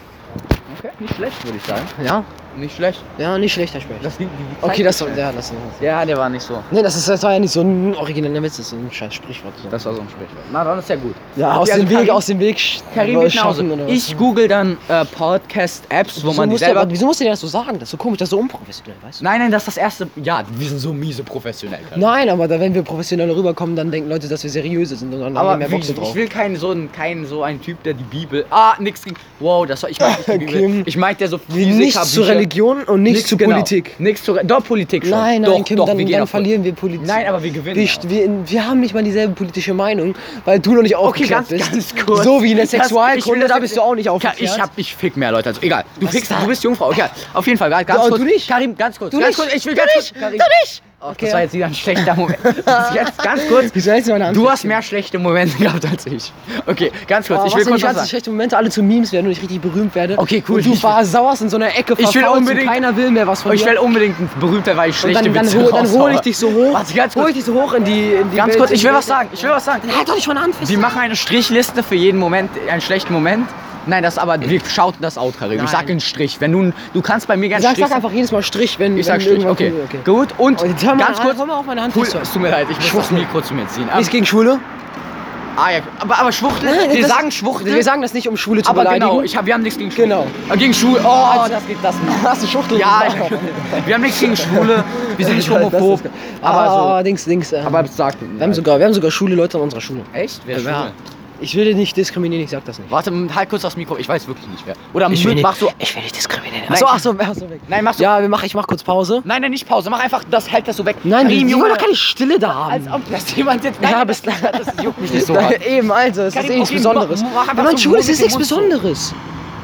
Okay, nicht schlecht, würde ich sagen. Ja, Nicht schlecht. ja, nicht schlechter Sprecher. Das, die, die Okay, das war, Zeit- ja, das, Ja, der war nicht so. nee, das, ist, das war ja nicht so ein originaler Witz, das ist ein scheiß Sprichwort. So. Das war so ein Sprichwort. Na, dann ist ja gut. Ja, Okay, aus also dem Weg, Karim- aus dem Weg sch- Karim geht nach Hause. schaffen oder was? Ich google dann äh, Podcast-Apps, wo wieso man die musst du, selber... aber, wieso musst du dir das so sagen? Das ist so komisch, das ist so unprofessionell, weißt du? Nein, nein, das ist das erste... Ja, wir sind so miese professionell. Karim. Nein, aber da, wenn wir professionell rüberkommen, dann denken Leute, dass wir seriöse sind und dann haben Aber wir mehr Bock so wie, drauf. ich will keinen so, einen, keinen so einen Typ, der die Bibel... Ah, nix gegen... Wow, das war... Ich meinte nicht die Bibel. Kim. Ich meinte der so Nichts Physiker, zur Bücher- Religion und nichts Nix, zu genau. Politik. Nichts zu... Doch, Politik schon. Nein, nein, doch, Kim, doch, dann, wir gehen dann auf verlieren wir Politik. Nein, aber wir gewinnen. Wir, ja. wir, wir haben nicht mal dieselbe politische Meinung, weil du noch nicht Okay, aufgeklärt ganz, bist. ganz kurz. So wie in der Das- ich will Sexualkunde, das da jetzt- bist du auch nicht Ka- aufgeklärt. Ich hab, ich fick mehr Leute als... Egal, du Was fickst, da? du bist Jungfrau. Okay, auf jeden Fall, ganz Ja, und kurz. du nicht. Karim, ganz kurz. Du ganz nicht. kurz. Ich will Du ganz nicht. kurz... Karim. Du nicht. Oh, Okay. das war jetzt wieder ein schlechter Moment. Das ist jetzt ganz kurz. Wieso hältst du meine Hand Du fest hast hier? mehr schlechte Momente gehabt als ich. Okay, ganz kurz. Oh, ich was, will wenn kurz die was ganzen sagen. schlechten Momente alle zu Memes werden und ich richtig berühmt werde. Okay, cool. Und du Ich- versauerst in so einer Ecke Ich will verfaulst und unbedingt- keiner will mehr was von Ich dir. will unbedingt berühmt werden, weil ich und schlechte dann, dann, Witze hol, dann raushaue. hol ich dich so hoch. Warte, ganz hol kurz. ich dich so hoch in die, in die Ganz Welt, kurz, in ich die will Welt. was sagen. Ich will was sagen. Halt doch nicht von Hand fest. Wir machen eine Strichliste für jeden Moment, einen schlechten Moment. Nein, das aber, wir schauten das out, Karim. Ich sag Nein. einen Strich. Wenn du, du kannst bei mir gerne Sag, Strich sag einfach jedes Mal Strich, wenn Ich sag wenn Strich, irgendwann okay. cool- okay. Gut, und Oh, jetzt hör mal, ganz kurz. hör mal auf meine Hand Cool, fest. es tut mir leid, ich muss das Schwuchtel. Mikro zu mir ziehen. Nichts gegen Schwule? Ah, ja, aber, aber Schwuchtel, Nein, wir das- sagen Schwuchtel. Wir sagen das nicht, um Schwule zu aber beleidigen. genau, ich hab, wir haben nichts gegen Schwule. Genau. Aber gegen Schwule, oh, Also- das geht das nicht. Hast du Schwuchtel? Ja, gesagt? ich, wir haben nichts gegen Schwule, wir sind nicht Das ist- homophob, aber aber so. Dings, Dings. ähm, Aber sag wir haben sogar, wir haben sogar schwule Leute an unserer Schule. Echt? Wer ist Ja. schwul? Ich will dich nicht diskriminieren, ich sag das nicht. Warte, halt kurz das Mikro, ich weiß wirklich nicht wer. Oder Ich will nicht, mach so. ich will nicht diskriminieren. Nein. Achso, achso, achso, weg. Nein, mach so. Ja, wir machen, ich mach kurz Pause. Nein, nein, nicht Pause, mach einfach das, halt das so weg. Nein, Karim, wir Junge, wollen doch keine Stille da haben. als ob das jemand jetzt. Ja, Nein, bis- das, das juckt mich nicht so. Nein, hart. eben, also, es ist Karim, eh nichts okay, Besonderes. mach- mach einfach Wenn man so schwul ist, mit ist dem nichts Mund so. Besonderes.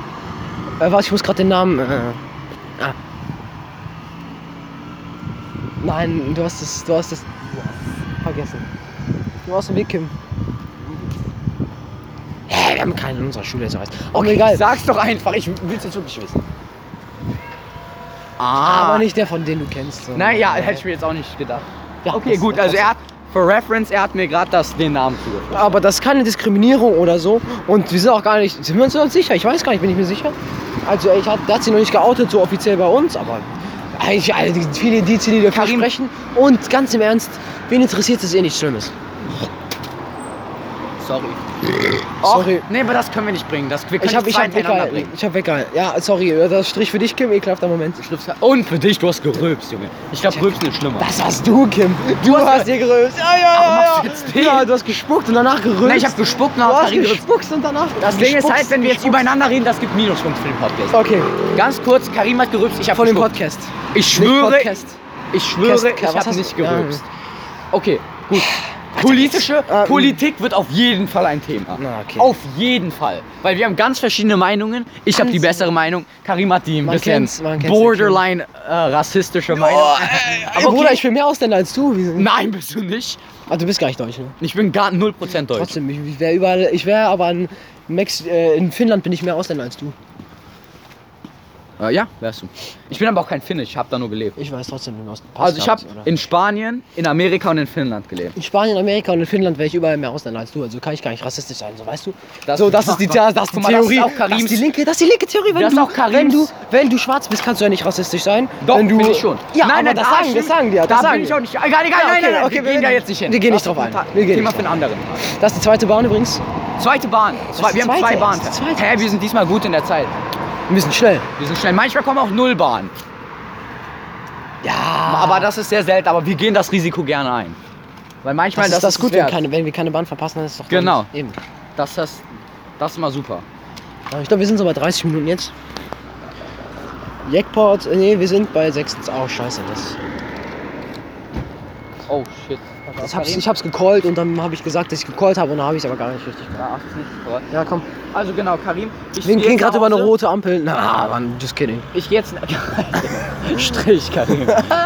Äh, warte, ich muss gerade den Namen. Äh, ah. Nein, du hast das, du hast das. vergessen. Du warst im Weg, Kim. Hä, wir haben keinen in unserer Schule, der so heißt. Oh, Okay, egal. sag's doch einfach, ich will's jetzt wirklich wissen. Aber nicht der, von dem du kennst. So. Naja, hätte ich mir jetzt auch nicht gedacht. Ja, Okay, das- gut, das- also er hat, für Reference, er hat mir gerade das den Namen zugefügt. Aber das ist keine Diskriminierung oder so. Und wir sind auch gar nicht, sind wir uns noch sicher? Ich weiß gar nicht, bin ich mir sicher. Also ich hat, der hat sich noch nicht geoutet, so offiziell bei uns, aber eigentlich alle, die, viele Indizien, die dafür Karim- sprechen. Und ganz im Ernst, wen interessiert es eh nichts Schlimmes? Sorry. Sorry. Och, nee, aber das können wir nicht bringen. Das, wir können Ich hab, nicht ich zwei hab hintereinander weggehalten. bringen. Ich hab weggehalten. Ja, sorry, das Strich für dich, Kim, ekelhafter Moment. Und für dich, du hast gerülpst, Junge. Ich glaube, Rülpsen ist schlimmer. Das warst du, Kim. Du, hast hast dir gerülpst. Ja, ja, Ach, ja, machst ja. du jetzt den? Ja, du hast gespuckt und danach gerülpst. Nein, ich hab gespuckt und Du hab hast Karin gerülpst. gespuckt und danach Das Ding ist gespuckst, halt, wenn wir jetzt gespuckst. übereinander reden, das gibt Minuspunkte für den Podcast. Okay, Ganz kurz, Karim hat gerülpst, ich hab von dem gespuckt. Podcast. Ich Nicht schwöre, Podcast. ich schwöre, Cast- ich was habe hast nicht du- ja. gerülpst. Okay, gut. Politische Ähm. Politik wird auf jeden Fall ein Thema. Na, okay. Auf jeden Fall. Weil wir haben ganz verschiedene Meinungen. Ich habe die Ganz- bessere Meinung. Karim hat die ein Man bisschen kennt's, man kennt's borderline äh, rassistische Meinung. Ey, Bruder, ich bin mehr Ausländer als du. Wie- Nein, bist du nicht. Ah, du bist gar nicht deutsch, ne? Ich bin gar null Prozent deutsch. Trotzdem, ich, ich wäre überall, ich wäre aber in, Mex äh, in Finnland bin ich mehr Ausländer als du. Äh, ja, wärst du. Ich bin aber auch kein Finne, ich habe da nur gelebt. Ich weiß trotzdem, du hast Pass Also ich habe gehabt, oder? in Spanien, in Amerika und in Finnland gelebt. in Spanien, Amerika und in Finnland wäre ich überall mehr Ausländer als du, also kann ich gar nicht rassistisch sein, so weißt du? Das- so, das ist die, das, das ist die Guck mal, das ist Theorie. auch Karims- das ist die linke, das ist die linke Theorie. Wenn Das ist du, auch Karims- wenn du, wenn du schwarz bist, kannst du ja nicht rassistisch sein. Doch, wenn du, bin ich schon. Ja, Nein, aber nein, das ah, sagen, das stimmt. sagen die ja. Das Da sagen bin ich die. auch nicht. Egal, egal, Ja, nein, okay, nein, nein, okay, wir wir- gehen da jetzt nicht hin. wir gehen nicht Das drauf ist ein. ein Wir gehen Thema nicht für einen anderen. Das ist die zweite Bahn übrigens. Zweite Bahn. Zwei, ist wir die haben zwei zweite, Bahnen. das ist die zweite. Hä, wir sind diesmal gut in der Zeit. Wir sind schnell. Wir sind schnell. Manchmal kommen auch null Bahnen. Ja, Aber das ist sehr selten, aber wir gehen das Risiko gerne ein. Weil manchmal das ist das gut, wert. wenn, keine, wenn wir keine Bahn verpassen, dann ist es doch Genau. gut. Eben. Das, das, das ist mal super. Ja, ich glaube, wir sind so bei dreißig Minuten jetzt. Jackpot, äh, nee, wir sind bei sechs. Oh, scheiße, das. Oh shit. das hab's, ich hab's gecallt und dann habe ich gesagt, dass ich gecallt habe und dann habe ich es aber gar nicht richtig gemacht. Ja, ach, ist nicht korrekt. Ja, komm. Also genau, Karim. Ich Wir geh gehen jetzt gerade nach über eine Hause. rote Ampel. Na, Mann, just kidding. Ich gehe jetzt. Strich, Karim.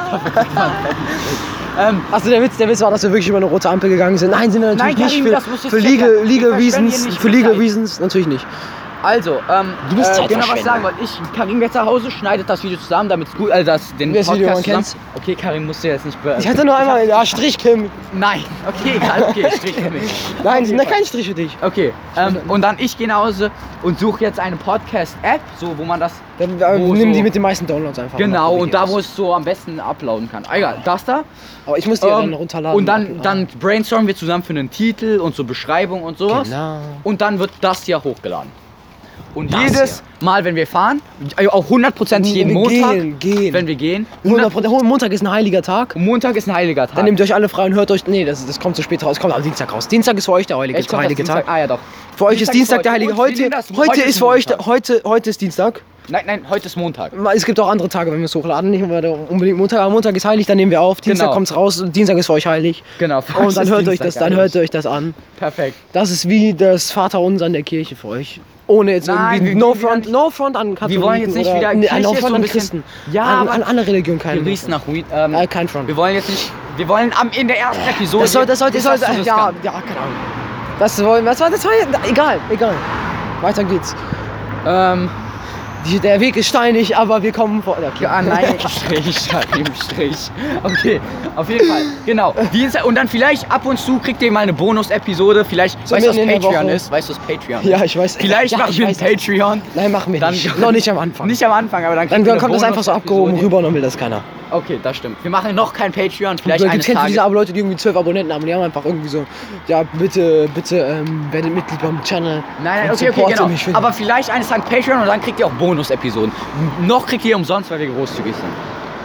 ähm, Achso, der Witz, der Witz war, dass wir wirklich über eine rote Ampel gegangen sind. Nein, sind wir natürlich Nein, nicht. Karim, Für, das musst du für jetzt legal, checken. legal Wir verschwenden Reasons. hier nicht Für viel legal Zeit. Reasons natürlich nicht. Also, ähm, Du bist äh, genau was ich Zeitverschwender. sagen wollte. Ich, Karim geht nach Hause, schneidet das Video zusammen, damit es gut, also das, den Wie das Video, Podcast man zusammen. Okay, Karim musst du jetzt nicht be Ich hatte nur einmal. Ja, Strich, Kim. Nein, okay, egal, okay, Strich für mich. Nein, okay, na, kein Strich für dich. Okay, ähm, und dann ich gehe nach Hause und suche jetzt eine Podcast-App, so wo man das. Dann äh, Wo nimm so- die mit den meisten Downloads einfach. Genau, und da, wo es. es so am besten uploaden kann. Egal, das da. Aber ich muss die ja Ähm, dann runterladen. und dann, dann brainstormen wir zusammen für einen Titel und so Beschreibung und sowas. Genau. Und dann wird das hier hochgeladen. Und Das jedes Mal, wenn wir fahren, äh, auch hundertprozentig jeden Wir Montag, gehen, gehen. wenn wir gehen, hundert Prozent. Montag ist ein heiliger Tag. Montag ist ein heiliger Tag. Dann nehmt ihr euch alle frei und hört euch. Nee, das, das kommt zu spät raus. Kommt am Dienstag raus. Dienstag ist für euch der heilige, Echt, kommt das heilige Dienstag? Tag. Ah ja, doch. Für euch ist Dienstag der heute. heilige. Und wir Heute, nehmen das- heute, heute ist ist für euch. Montag. Heute, heute ist Dienstag. Nein, nein, heute ist Montag. Es gibt auch andere Tage, wenn wir es hochladen. Nicht unbedingt Montag. Aber Montag ist heilig, dann nehmen wir auf. Dienstag Genau. kommt's raus und Dienstag ist für euch heilig. Genau. für euch Und dann ist hört euch Dienstag das, dann heilig. hört euch das an. Perfekt. Das ist wie das Vaterunser in der Kirche für euch. Ohne jetzt Nein, irgendwie wir no gehen wieder front, nicht- no front an Katholiken. Wir wollen jetzt nicht oder, wieder- nee, Kirche no ist so front ein an bisschen- Christen. Ja, an, aber- an alle Religionen Wir keinen. riechen nach Weed. Ähm, Äh, kein Front. wir wollen jetzt nicht. Wir wollen am, in der ersten Episode. Das soll, das sollte, ist das das sollte, zu ja, riskant. ja, keine Ahnung. Das wollen, was war das? War, egal, egal. Weiter geht's. Ähm, Die, der Weg ist steinig, aber wir kommen vor. Okay. ah nein, Strich, Karim, Strich. Okay, auf jeden Fall. Genau. Dienstag und dann vielleicht ab und zu kriegt ihr mal eine Bonus-Episode. Vielleicht, So weißt du, was mitten in der Patreon Woche. ist? Weißt du, was Patreon Ja, ist? ich weiß. Vielleicht ja, machen ich wir ein weiß das. Patreon. Nein, machen wir Dann- nicht. Noch nicht am Anfang. Nicht am Anfang, aber dann dann kriegt ihr dann kommt eine das einfach so abgehoben Bonus-Episode. rüber und dann will das keiner. Okay, das stimmt. Wir machen noch kein Patreon, vielleicht Da eines gibt's kennst du Tages. diese aber Leute, die irgendwie zwölf Abonnenten haben, die haben einfach irgendwie so, ja bitte, bitte ähm, werdet Mitglied beim Channel. Nein, nein, und okay, okay, supportet genau. mich. Aber vielleicht eines Tages Patreon und dann kriegt ihr auch Bonus-Episoden. Noch kriegt ihr umsonst, weil wir großzügig sind.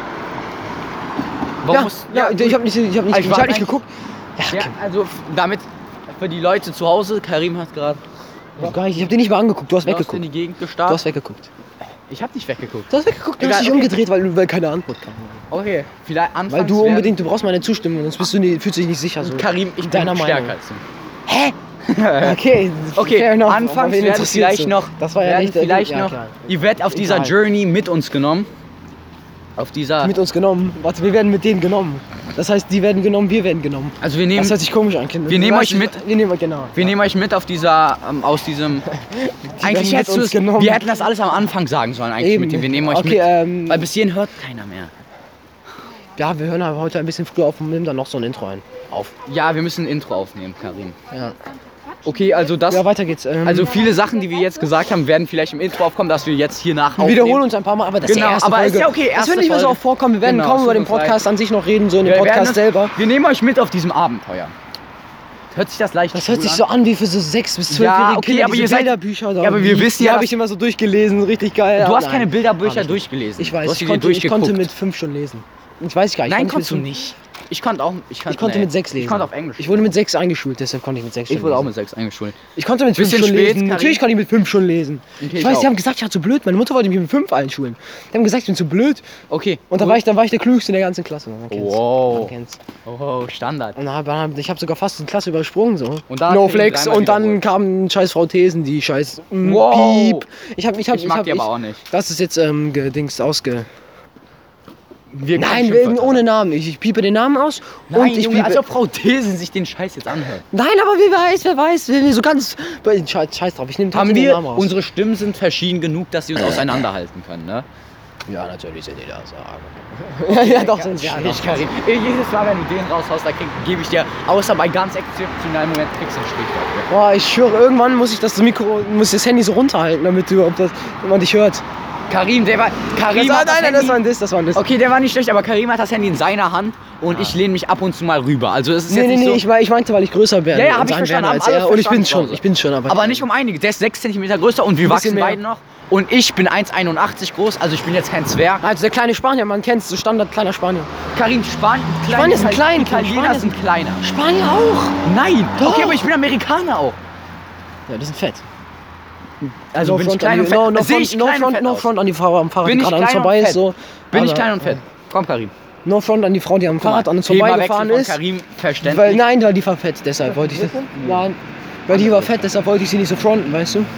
Warum ja, muss- ja, ich habe nicht, ich hab nicht, Also ich ich hab war nicht eigentlich- geguckt. Ja, Ja, okay. also f- damit für die Leute zu Hause, Karim hat gerade Ich hab gar nicht, ich hab den nicht mal angeguckt, du hast in die weggeguckt. Gegend Du gestarrt. hast weggeguckt. Ich hab nicht weggeguckt. Du hast weggeguckt, du Egal, hast dich okay. umgedreht, weil, weil keine Antwort kam. Okay, vielleicht anfangs Weil du werden- unbedingt, du brauchst meine Zustimmung, sonst bist du nie, fühlst du dich nicht sicher. So. Karim, ich bin Deiner stärker Meinung. als du. Hä? Okay, Okay, fair enough. Aber anfangs wen werden interessiert's vielleicht so? noch, Das war ja werden nicht der- vielleicht ja, noch, klar. ihr werdet auf dieser Egal. Journey mit uns genommen. Auf dieser... Mit uns genommen. Warte, wir werden mit denen genommen. Das heißt, die werden genommen, wir werden genommen. Also wir nehmen... Das hört sich komisch an, Kinder. Wir nehmen euch mit... Wir nehmen euch, genau. Wir ja. nehmen euch mit auf dieser... Ähm, aus diesem... eigentlich hättest du es... Genommen. Wir hätten das alles am Anfang sagen sollen eigentlich Eben. mit dem. Wir nehmen euch okay, mit. Ähm, weil bis hierhin hört keiner mehr. Ja, wir hören aber heute ein bisschen früher auf und nehmen dann noch so ein Intro ein. Auf. Ja, wir müssen ein Intro aufnehmen, Karim. Ja. Okay, also das... Ja, weiter geht's. Ähm, also viele Sachen, die wir jetzt gesagt haben, werden vielleicht im Intro aufkommen, dass wir jetzt hier nach Wir wiederholen uns ein paar Mal, aber das genau, ist die erste aber Folge. ist ja okay, erste das wird nicht mehr so Folge. oft vorkommen. Wir werden Genau, kaum über den tut uns Podcast leid. an sich noch reden, so in dem wir Podcast das, selber. Wir nehmen euch mit auf diesem Abenteuer. Hört sich das leicht Das hört cool sich an? so an wie für so sechs bis zwölfjährige Ja, okay, Kinder, aber diese ihr seid- Bilderbücher da. Ja, aber wir wissen die ja, habe dass- ich immer so durchgelesen, richtig geil. Du aber hast nein. keine Hab Bilderbücher ich durchgelesen. Ich Du weiß, hast ich die dir konnte, ich konnte durchgeguckt. mit fünf schon lesen. Ich weiß gar nicht. Nein, konnte konntest du mit nicht. Ich konnte auch... Ich konnte, Ich konnte nee. mit sechs lesen. Ich konnte auf Englisch. Ich wurde mit sechs eingeschult, deshalb konnte ich mit sechs Ich schon wurde auch lesen. mit sechs eingeschult. Ich konnte mit fünf Bisschen schon spät, lesen. Karin. Natürlich konnte ich mit fünf schon lesen. Okay, ich ich weiß, auch. die haben gesagt, ich war zu blöd. Meine Mutter wollte mich mit fünf einschulen. Die haben gesagt, ich bin zu blöd. Okay. Und da war ich, dann war ich der Klügste in der ganzen Klasse. Man kennt's. Wow. Man kennt's. Oh, Standard. Und dann hab, ich habe sogar fast die Klasse übersprungen. So. Und dann no hat Karin Flex. dreimal Und dann wiederholt. kamen scheiß Frau Thesen, die scheiß mm, Wow. Piep. Ich hab, ich hab, Ich mag hab, die aber auch nicht. Das ist jetzt ähm, gedings ausge... Wir Nein, können Schimpfwörter ohne Namen. Ich, ich piepe den Namen aus Nein, und ich Junge, piepe... als ob Frau Thesen sich den Scheiß jetzt anhört. Nein, aber wer weiß, wer weiß, wer so ganz... Scheiß, Scheiß drauf, ich nehme Haben den wir, Namen raus. unsere Stimmen sind verschieden genug, dass sie uns auseinanderhalten können, ne? Ja, natürlich sind die das. ja, ja, doch, sind sie ja. Ich, Karin, jedes Mal, wenn du den raushaust, da krieg- gebe ich dir, außer bei ganz exzeptionellen Momenten, kriegst du einen Strich dafür. Boah, ich schwöre, irgendwann muss ich das Mikro, muss das Handy so runterhalten, damit du, ob das, wenn man dich hört. Karim, der war... Karim Das war, hat das nein, nein, Handy, das war ein Diss, das war ein Diss. Okay, der war nicht schlecht, aber Karim hat das Handy in seiner Hand und ich lehne mich ab und zu mal rüber. Also es ist Nee, jetzt nee, nicht nee, so... ich, mein- ich meinte, weil ich größer bin. Ja, ja, hab und ich sein verstanden, werde als haben alle er. Und ich bin verstanden, schon, ich bin schon, aber... aber nicht um einige. Der ist sechs Zentimeter größer und wir Ein bisschen wachsen mehr. beide noch. Und ich bin eins Komma einundachtzig groß, also ich bin jetzt kein Zwerg. Also der kleine Spanier, man kennt so Standard kleiner Spanier. Karim, Spanien, Spanier sind klein, Italiener Spanier sind kleiner. Spanier auch. Nein, Doch. okay, aber ich bin Amerikaner auch. Ja, die sind fett. Also no bin ich front klein an und die, fett. no, no Sehe front, ich no klein und front, fett no aus? front an die Frau am Fahrrad, Bin die ich gerade an uns klein und vorbei fett? ist. So. Bin ich Aber, klein und fett. Komm, Karim. No front an die Frau, die am Fahrrad an uns Thema vorbeigefahren Wechsel ist. von Karim, verständlich. Weil, nein, weil die war fett, deshalb wollte ich das. Nein, weil die war fett, deshalb wollte ich sie nicht so fronten, weißt du?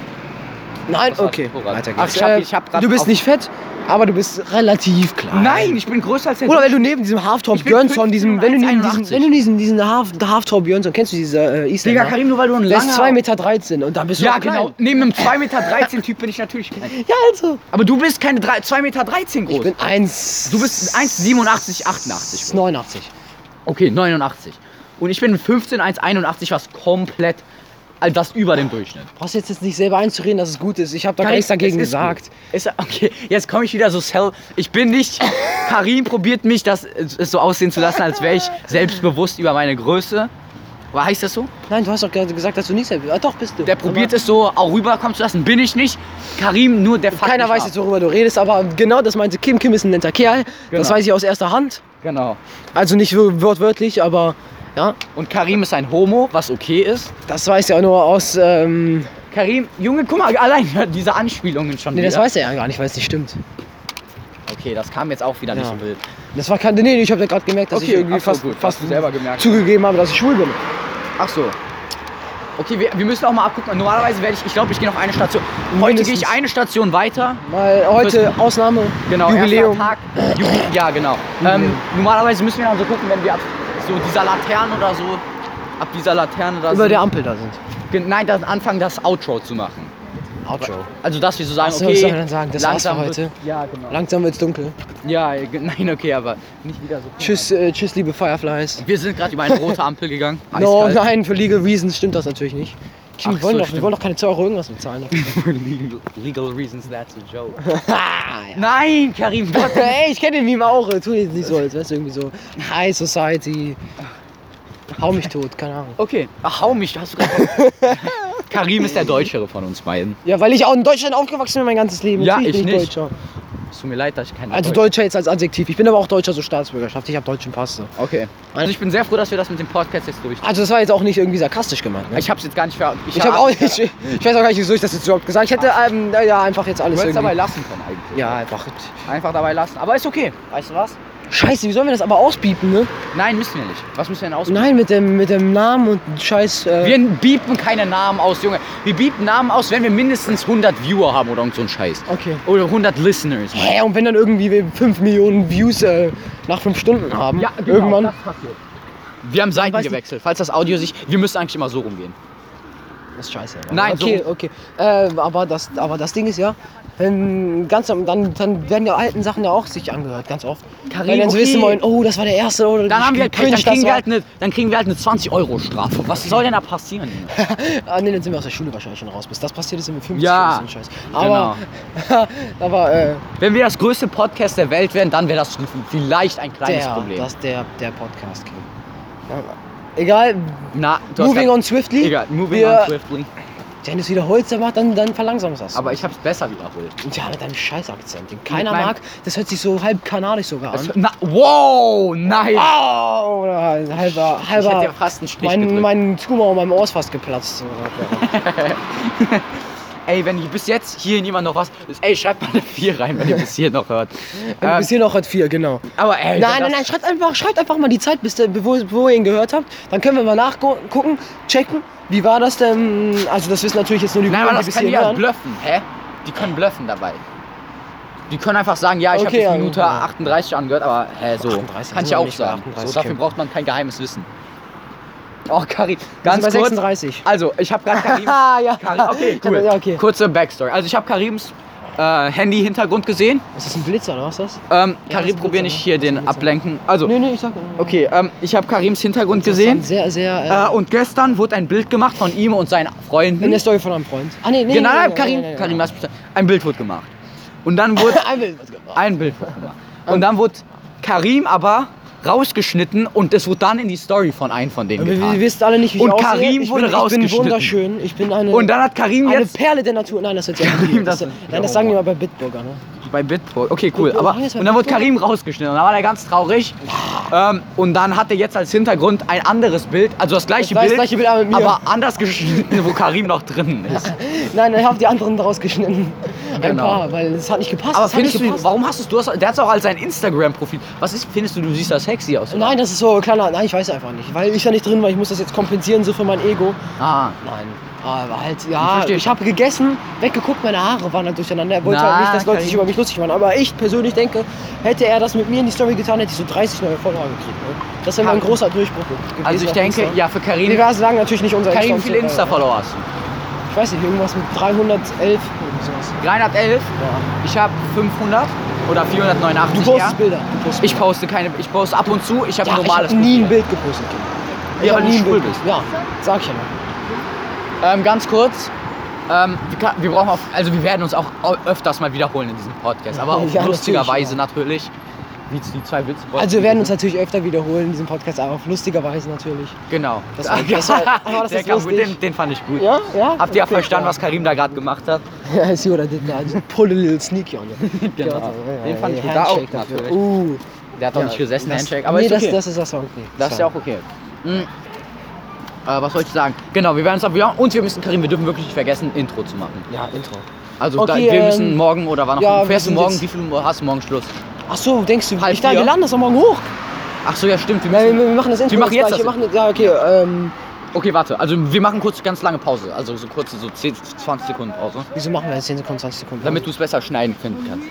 Nein, Was hast okay. du grad? Weiter Ach, geht's. ich hab- Äh, ich hab grad du bist auf- nicht fett, aber du bist relativ klein. Nein, ich bin größer als der Oder wenn du neben diesem Halftop Ich bin Björnsson, diesem, wenn du neben diesem, fünfzehn wenn du diesen, diesen Half, Halftop Björnsson, kennst du diese äh, Isländer? Digga, Karim, nur weil du ein Der ist langer... zwei Meter dreizehn und da bist du Ja, auch klein. genau. Neben einem zwei Meter dreizehn Typ bin ich natürlich klein. Ja, also. Aber du bist keine drei- zwei Meter dreizehn groß. Ich bin eins. Du bist eins Komma siebenundachtzig, achtundachtzig groß. neunundachtzig. Okay, neunundachtzig. Und ich bin fünfzehn, eins Komma einundachtzig, was komplett, also das über dem Durchschnitt. Brauchst jetzt jetzt nicht selber einzureden, dass es gut ist. Ich habe da gar Karim, nichts dagegen es ist gesagt. gut. Ist, okay, jetzt komme ich wieder so sell. Ich bin nicht. Karim probiert mich, das es so aussehen zu lassen, als wäre ich selbstbewusst über meine Größe. Aber heißt das so? Nein, du hast doch gerade gesagt, dass du nicht selber. Ah, doch, bist du. Der probiert es so auch rüberkommen zu lassen. Bin ich nicht. Karim nur der Fakt. Keiner nicht weiß ab. jetzt, worüber du redest, aber genau das meinte Kim. Kim ist ein netter Kerl. Das Genau. weiß ich aus erster Hand. Genau. Also nicht wor- wortwörtlich, aber ja. Und Karim ist ein Homo, was okay ist. Das weiß ich auch nur aus. Ähm, Karim, Junge, guck mal, allein diese Anspielungen schon nee, wieder. das weiß er ja gar nicht, weil es nicht stimmt. Okay, das kam jetzt auch wieder nicht Ja. so wild. Das war kein. Nee, ich habe ja gerade gemerkt, dass ich irgendwie ach so, fast, gut, fast hast du selber gemerkt. zugegeben habe, dass ich schwul bin. Ach so. Okay, wir, wir müssen auch mal abgucken. Normalerweise werde ich, ich glaube, ich gehe noch eine Station. Heute Mindestens. gehe ich eine Station weiter. Weil heute Ausnahme, Genau, Jubiläum. erster Tag. Ju ja, genau. Ähm, normalerweise müssen wir dann so gucken, wenn wir ab so dieser Laterne oder so, ab dieser Laterne da Über sind. der Ampel da sind. Ge- Nein, dann anfangen, das Outro zu machen. Outro. Also, dass wir so sagen, Ach so, okay, was soll man dann sagen? Das war's langsam für heute. Wird, ja, genau. Langsam wird's dunkel. Ja, ge- nein, okay, aber nicht wieder so. Tschüss, äh, tschüss, liebe Fireflies. Wir sind gerade über eine rote Ampel gegangen. No, Eiskalt. nein, für Legal Reasons stimmt das natürlich nicht. Ach wir, wollen so, doch, wir stimmt. wollen doch keine zwei Euro irgendwas bezahlen. legal, legal reasons, that's a joke. Ah, ja. Nein, Karim, Gott. Ey, ich kenne den Meme auch. Tu jetzt nicht so, als wärst du irgendwie so High Society. Hau mich tot, keine Ahnung. Okay, ach, hau mich, hast du gerade. Karim ist der Deutschere von uns beiden. Ja, weil ich auch in Deutschland aufgewachsen bin mein ganzes Leben. Ja, Natürlich ich bin nicht. Deutscher. Es tut mir leid, dass ich kein Also Deutsch- Deutscher jetzt als Adjektiv. Ich bin aber auch Deutscher, so Staatsbürgerschaft. Ich habe deutschen Pass. So. Okay. Also ich bin sehr froh, dass wir das mit dem Podcast jetzt durch. Also das war jetzt auch nicht irgendwie sarkastisch gemeint. Ne? Ich hab's jetzt gar nicht ver... Ich habe auch nicht. Ich weiß auch gar nicht, wieso ich das jetzt überhaupt gesagt. Ich hätte ähm, ja einfach jetzt Du alles hättest irgendwie. dabei lassen können eigentlich. Ja, einfach. Einfach dabei lassen. Aber ist okay. Weißt du was? Scheiße, wie sollen wir das aber ausbiepen, ne? Nein, müssen wir nicht. Was müssen wir denn ausbieten? Nein, mit dem, mit dem Namen und Scheiß. Äh Wir biepen keine Namen aus, Junge. Wir biepen Namen aus, wenn wir mindestens hundert Viewer haben oder irgend so ein Scheiß. Okay. Oder hundert Listeners. Hä, und wenn dann irgendwie wir fünf Millionen Views äh, nach fünf Stunden haben, Ja, genau, irgendwann. das passiert. Wir haben Seiten weiß nicht. gewechselt, falls das Audio sich... Wir müssen eigentlich immer so rumgehen. Das ist scheiße. Nein, okay, so- okay. Äh, aber, das, aber das Ding ist ja, wenn ganz am- dann, dann werden ja alten Sachen ja auch sich angehört, ganz oft. Karim, Weil dann so okay. wissen wollen, oh, das war der erste oder Dann, wie haben wir, dann, cringe das kriegen wir war. halt eine, dann kriegen wir halt eine zwanzig Euro Strafe. Was soll denn da passieren? Ah, nee, dann sind wir aus der Schule wahrscheinlich schon raus. Bis das passiert ist, sind wir fünfzig Ja, oder so ein Scheiß. Aber, aber äh, Wenn wir das größte Podcast der Welt wären, dann wäre das vielleicht ein kleines der, Problem. das, der, der Podcast King. Ja, egal, Na, du hast moving grad- on swiftly. Egal, moving Wir- on swiftly. Wenn du es wiederholst, dann, macht- dann, dann verlangsamst das. Aber ich hab's besser wiederholt. Und ja, mit deinem Scheißakzent, den keiner Mit meinem- mag. Das hört sich so halb kanadisch sogar an. Das, na, wow, nein! Oh, oder halber, Ich hätte halber. dir fast einen Strich mein, gedrückt. mein Tumor in meinem Ohr ist fast geplatzt. Ey, wenn bis jetzt hier jemand noch was... Ey, schreibt mal eine vier rein, wenn ihr bis hier noch hört. Ähm, bis hier noch hat vier, genau. Aber ey, Nein, das- nein, nein, schreibt einfach, schreibt einfach mal die Zeit, bis der, bevor, bevor ihr ihn gehört habt. Dann können wir mal nachgucken, checken, wie war das denn. Also, das wissen natürlich jetzt nur die Nein, aber die das bis können die hierhin halt hören. bluffen, hä? Die können bluffen dabei. Die können einfach sagen, ja, ich Okay, habe ja, bis Minute ja. achtunddreißig angehört, aber hä, so. achtunddreißig, Kann ich sind ja wir auch nicht bei sagen. achtunddreißig, So, dafür okay. braucht man kein geheimes Wissen. Oh, Karim, Wir sind ganz bei kurz. sechsunddreißig. Also, ich habe gerade Karims... Ah, ja. Karim, okay, cool. Ja, okay. Kurze Backstory. Also, ich habe Karims äh, Handy-Hintergrund gesehen. Ist das ein Blitzer oder was ist das? Ähm, Ja, Karim, das ist probier ein nicht Blitzer, hier ne? Das ist ein den Blitzer. ablenken. Also, Nee, nee, ich sag. okay, ähm, ich habe Karims Hintergrund Das gesehen. ist Sehr, sehr. Äh, Äh, und gestern wurde ein Bild gemacht von ihm und seinen Freunden. in der Story von einem Freund. Ah, nee, nee. Genau, nee, nee, Karim, nee, nee, nee, Karim, nee. hast du- ein Bild wurde gemacht. Und dann wurde Ein Bild wird gemacht. ein Bild wurde gemacht. Und dann wurde Karim aber rausgeschnitten und es wurde dann in die Story von einem von denen Wir, wir getan. wissen alle nicht, wie Und ich aussehe. Karim ich wurde bin, Ich bin rausgeschnitten. wunderschön. Ich bin eine, Und dann hat Karim eine jetzt Perle der Natur. Nein, das hört sich an. Karim, Das, das- nein, das sagen die mal bei Bitburger, ne? bei Bitburg. Okay, cool. Bitburger, Aber hier ist bei und dann wurde Bitburger. Karim rausgeschnitten und dann war er ganz traurig. Ähm, und dann hat er jetzt als Hintergrund ein anderes Bild, also das gleiche Das Bild, gleiche Bild, aber mit mir. aber anders geschnitten, wo Karim noch drin ist. Nein, ich habe die anderen rausgeschnitten. Ein Genau. paar, weil es hat nicht gepasst. Aber es hat nicht findest du, gepasst. warum hast du, du hast, der hat es auch als sein Instagram-Profil. Was ist, findest du, du siehst da sexy aus? oder? Nein, das ist so kleiner. Nein, ich weiß einfach nicht. Weil ich ja nicht drin war. Ich muss das jetzt kompensieren, so für mein Ego. Ah. Nein. Aber halt, Ich ja, verstehe. ich habe gegessen, weggeguckt, meine Haare waren halt durcheinander. Er wollte Na, halt nicht, dass Leute sich Karim. über mich lustig machen. Aber ich persönlich denke, hätte er das mit mir in die Story getan, hätte ich so dreißig neue Follower gekriegt. Ne? Das wäre mal ein Karim. großer Durchbruch gewesen. Also ich auf denke, Insta. ja, für Karim. Wir sagen natürlich nicht unser Karim, wie und viele so, weil- Insta-Follower hast du? Ich weiß nicht, irgendwas mit dreihundertelf oder sowas. dreihundertelf. Ja. Ich habe fünfhundert oder Du vierhundertneunundachtzig. postest ja. Bilder. Du postest Ich poste keine, ich poste ab und zu. Ich habe ja, ein ich normales hab nie ein Profil. Bild gepostet. Ja, Ich hab weil du nie ein schwul Bild bist. Ja, sag ich ja noch. Ähm, ganz kurz. Ähm, wir, kann, wir brauchen auf, also wir werden uns auch au- öfters mal wiederholen in diesem Podcast, aber auf Ja, lustigerweise natürlich, natürlich. Wie jetzt die zwei Witze. Also wir werden uns natürlich öfter wiederholen in diesem Podcast, aber auf lustigerweise natürlich. Genau. Das war- das war- aber das Der ist kam lustig. gut, den, den fand ich gut. Ja, ja. Habt ihr Okay, verstanden, ja. was Karim da gerade gemacht hat? Ja, see what I did there. I just pulled a little sneaky on you. Genau. Ja, Den fand ich ja, gut. Da auch Handshake dafür. natürlich. Uh, Der hat doch ja, nicht gesessen, das- Handshake. Aber nee, ist okay. das, das ist das okay. Das ist ja auch okay. Mhm. Äh, was soll ich sagen? Genau, wir werden uns aber und wir müssen, Karim, wir dürfen wirklich nicht vergessen, Intro zu machen. Ja, Intro. Also Okay, da, wir ähm, müssen morgen oder wann auch ja, immer. wir Fährst du sind morgen? jetzt- Wie viel Uhr hast du morgen Schluss? Ach so, denkst du, Halb ich dachte, vier? wir laden das doch morgen hoch. Ach so, ja stimmt. Wir Ja, wir, müssen, wir machen das Intro Wir machen jetzt gleich. das- Wir machen, ja, okay, ähm, okay, warte. Also wir machen kurz ganz lange Pause. Also so kurze, so zehn, zwanzig Sekunden Pause. wieso machen wir jetzt zehn Sekunden, zwanzig Sekunden? Damit du es besser schneiden finden kannst.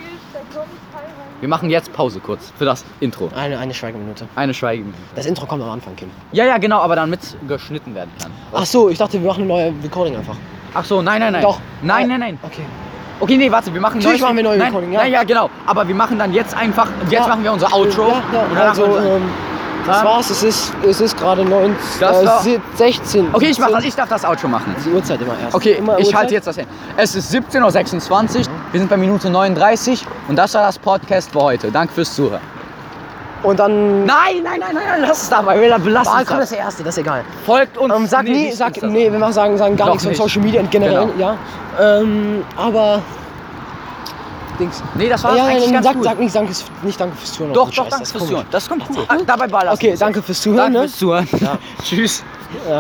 Wir machen jetzt Pause kurz für das Intro. Eine, eine Schweigeminute. Eine Schweigen. Das Intro kommt am Anfang, Kim. Ja, ja, genau, aber damit es geschnitten werden kann. Ach so, ich dachte, wir machen eine neue Recording einfach. Ach so, nein, nein, nein. Doch. Nein, Ah, nein, nein. Okay. Okay, nee, warte, wir machen Natürlich neues- machen wir neue nein, Recording, ja. Nein, ja, genau. Aber wir machen dann jetzt einfach, jetzt Ja. machen wir unser Outro. Ja, ja, und dann also, machen wir unser, ähm, das Ähm, war's. Es ist, es ist gerade neun, Das äh, war- sie- sechzehn. okay, ich mach das, siebzehn. ich darf das Outro machen. Die Uhrzeit immer erst. Okay, immer ich Uhrzeit. halte jetzt das hin. Es ist siebzehn Uhr sechsundzwanzig, wir sind bei Minute neununddreißig und das war das Podcast für heute. Danke fürs Zuhören. Und dann. Nein, nein, nein, nein, lass es dabei, wir lassen Ah, es komm, das da. ist der erste, das ist egal. Folgt uns. Ähm, sag nee, nie, nicht sag, Insta. nee, wir machen sagen, sagen gar Doch nichts von nicht. Social Media und generell, Genau. ja. Ähm, aber. Dings. Nee, das war ja, eigentlich dann ganz sag, gut. sag nicht, danke, nicht danke fürs Zuhören. Doch, Oh, doch, Scheiße, danke das ist fürs komisch. Zuhören. Das kommt gut. Ah, dabei belassen. Okay, danke fürs Zuhören. Danke Ne? fürs Zuhören. Ja. Tschüss.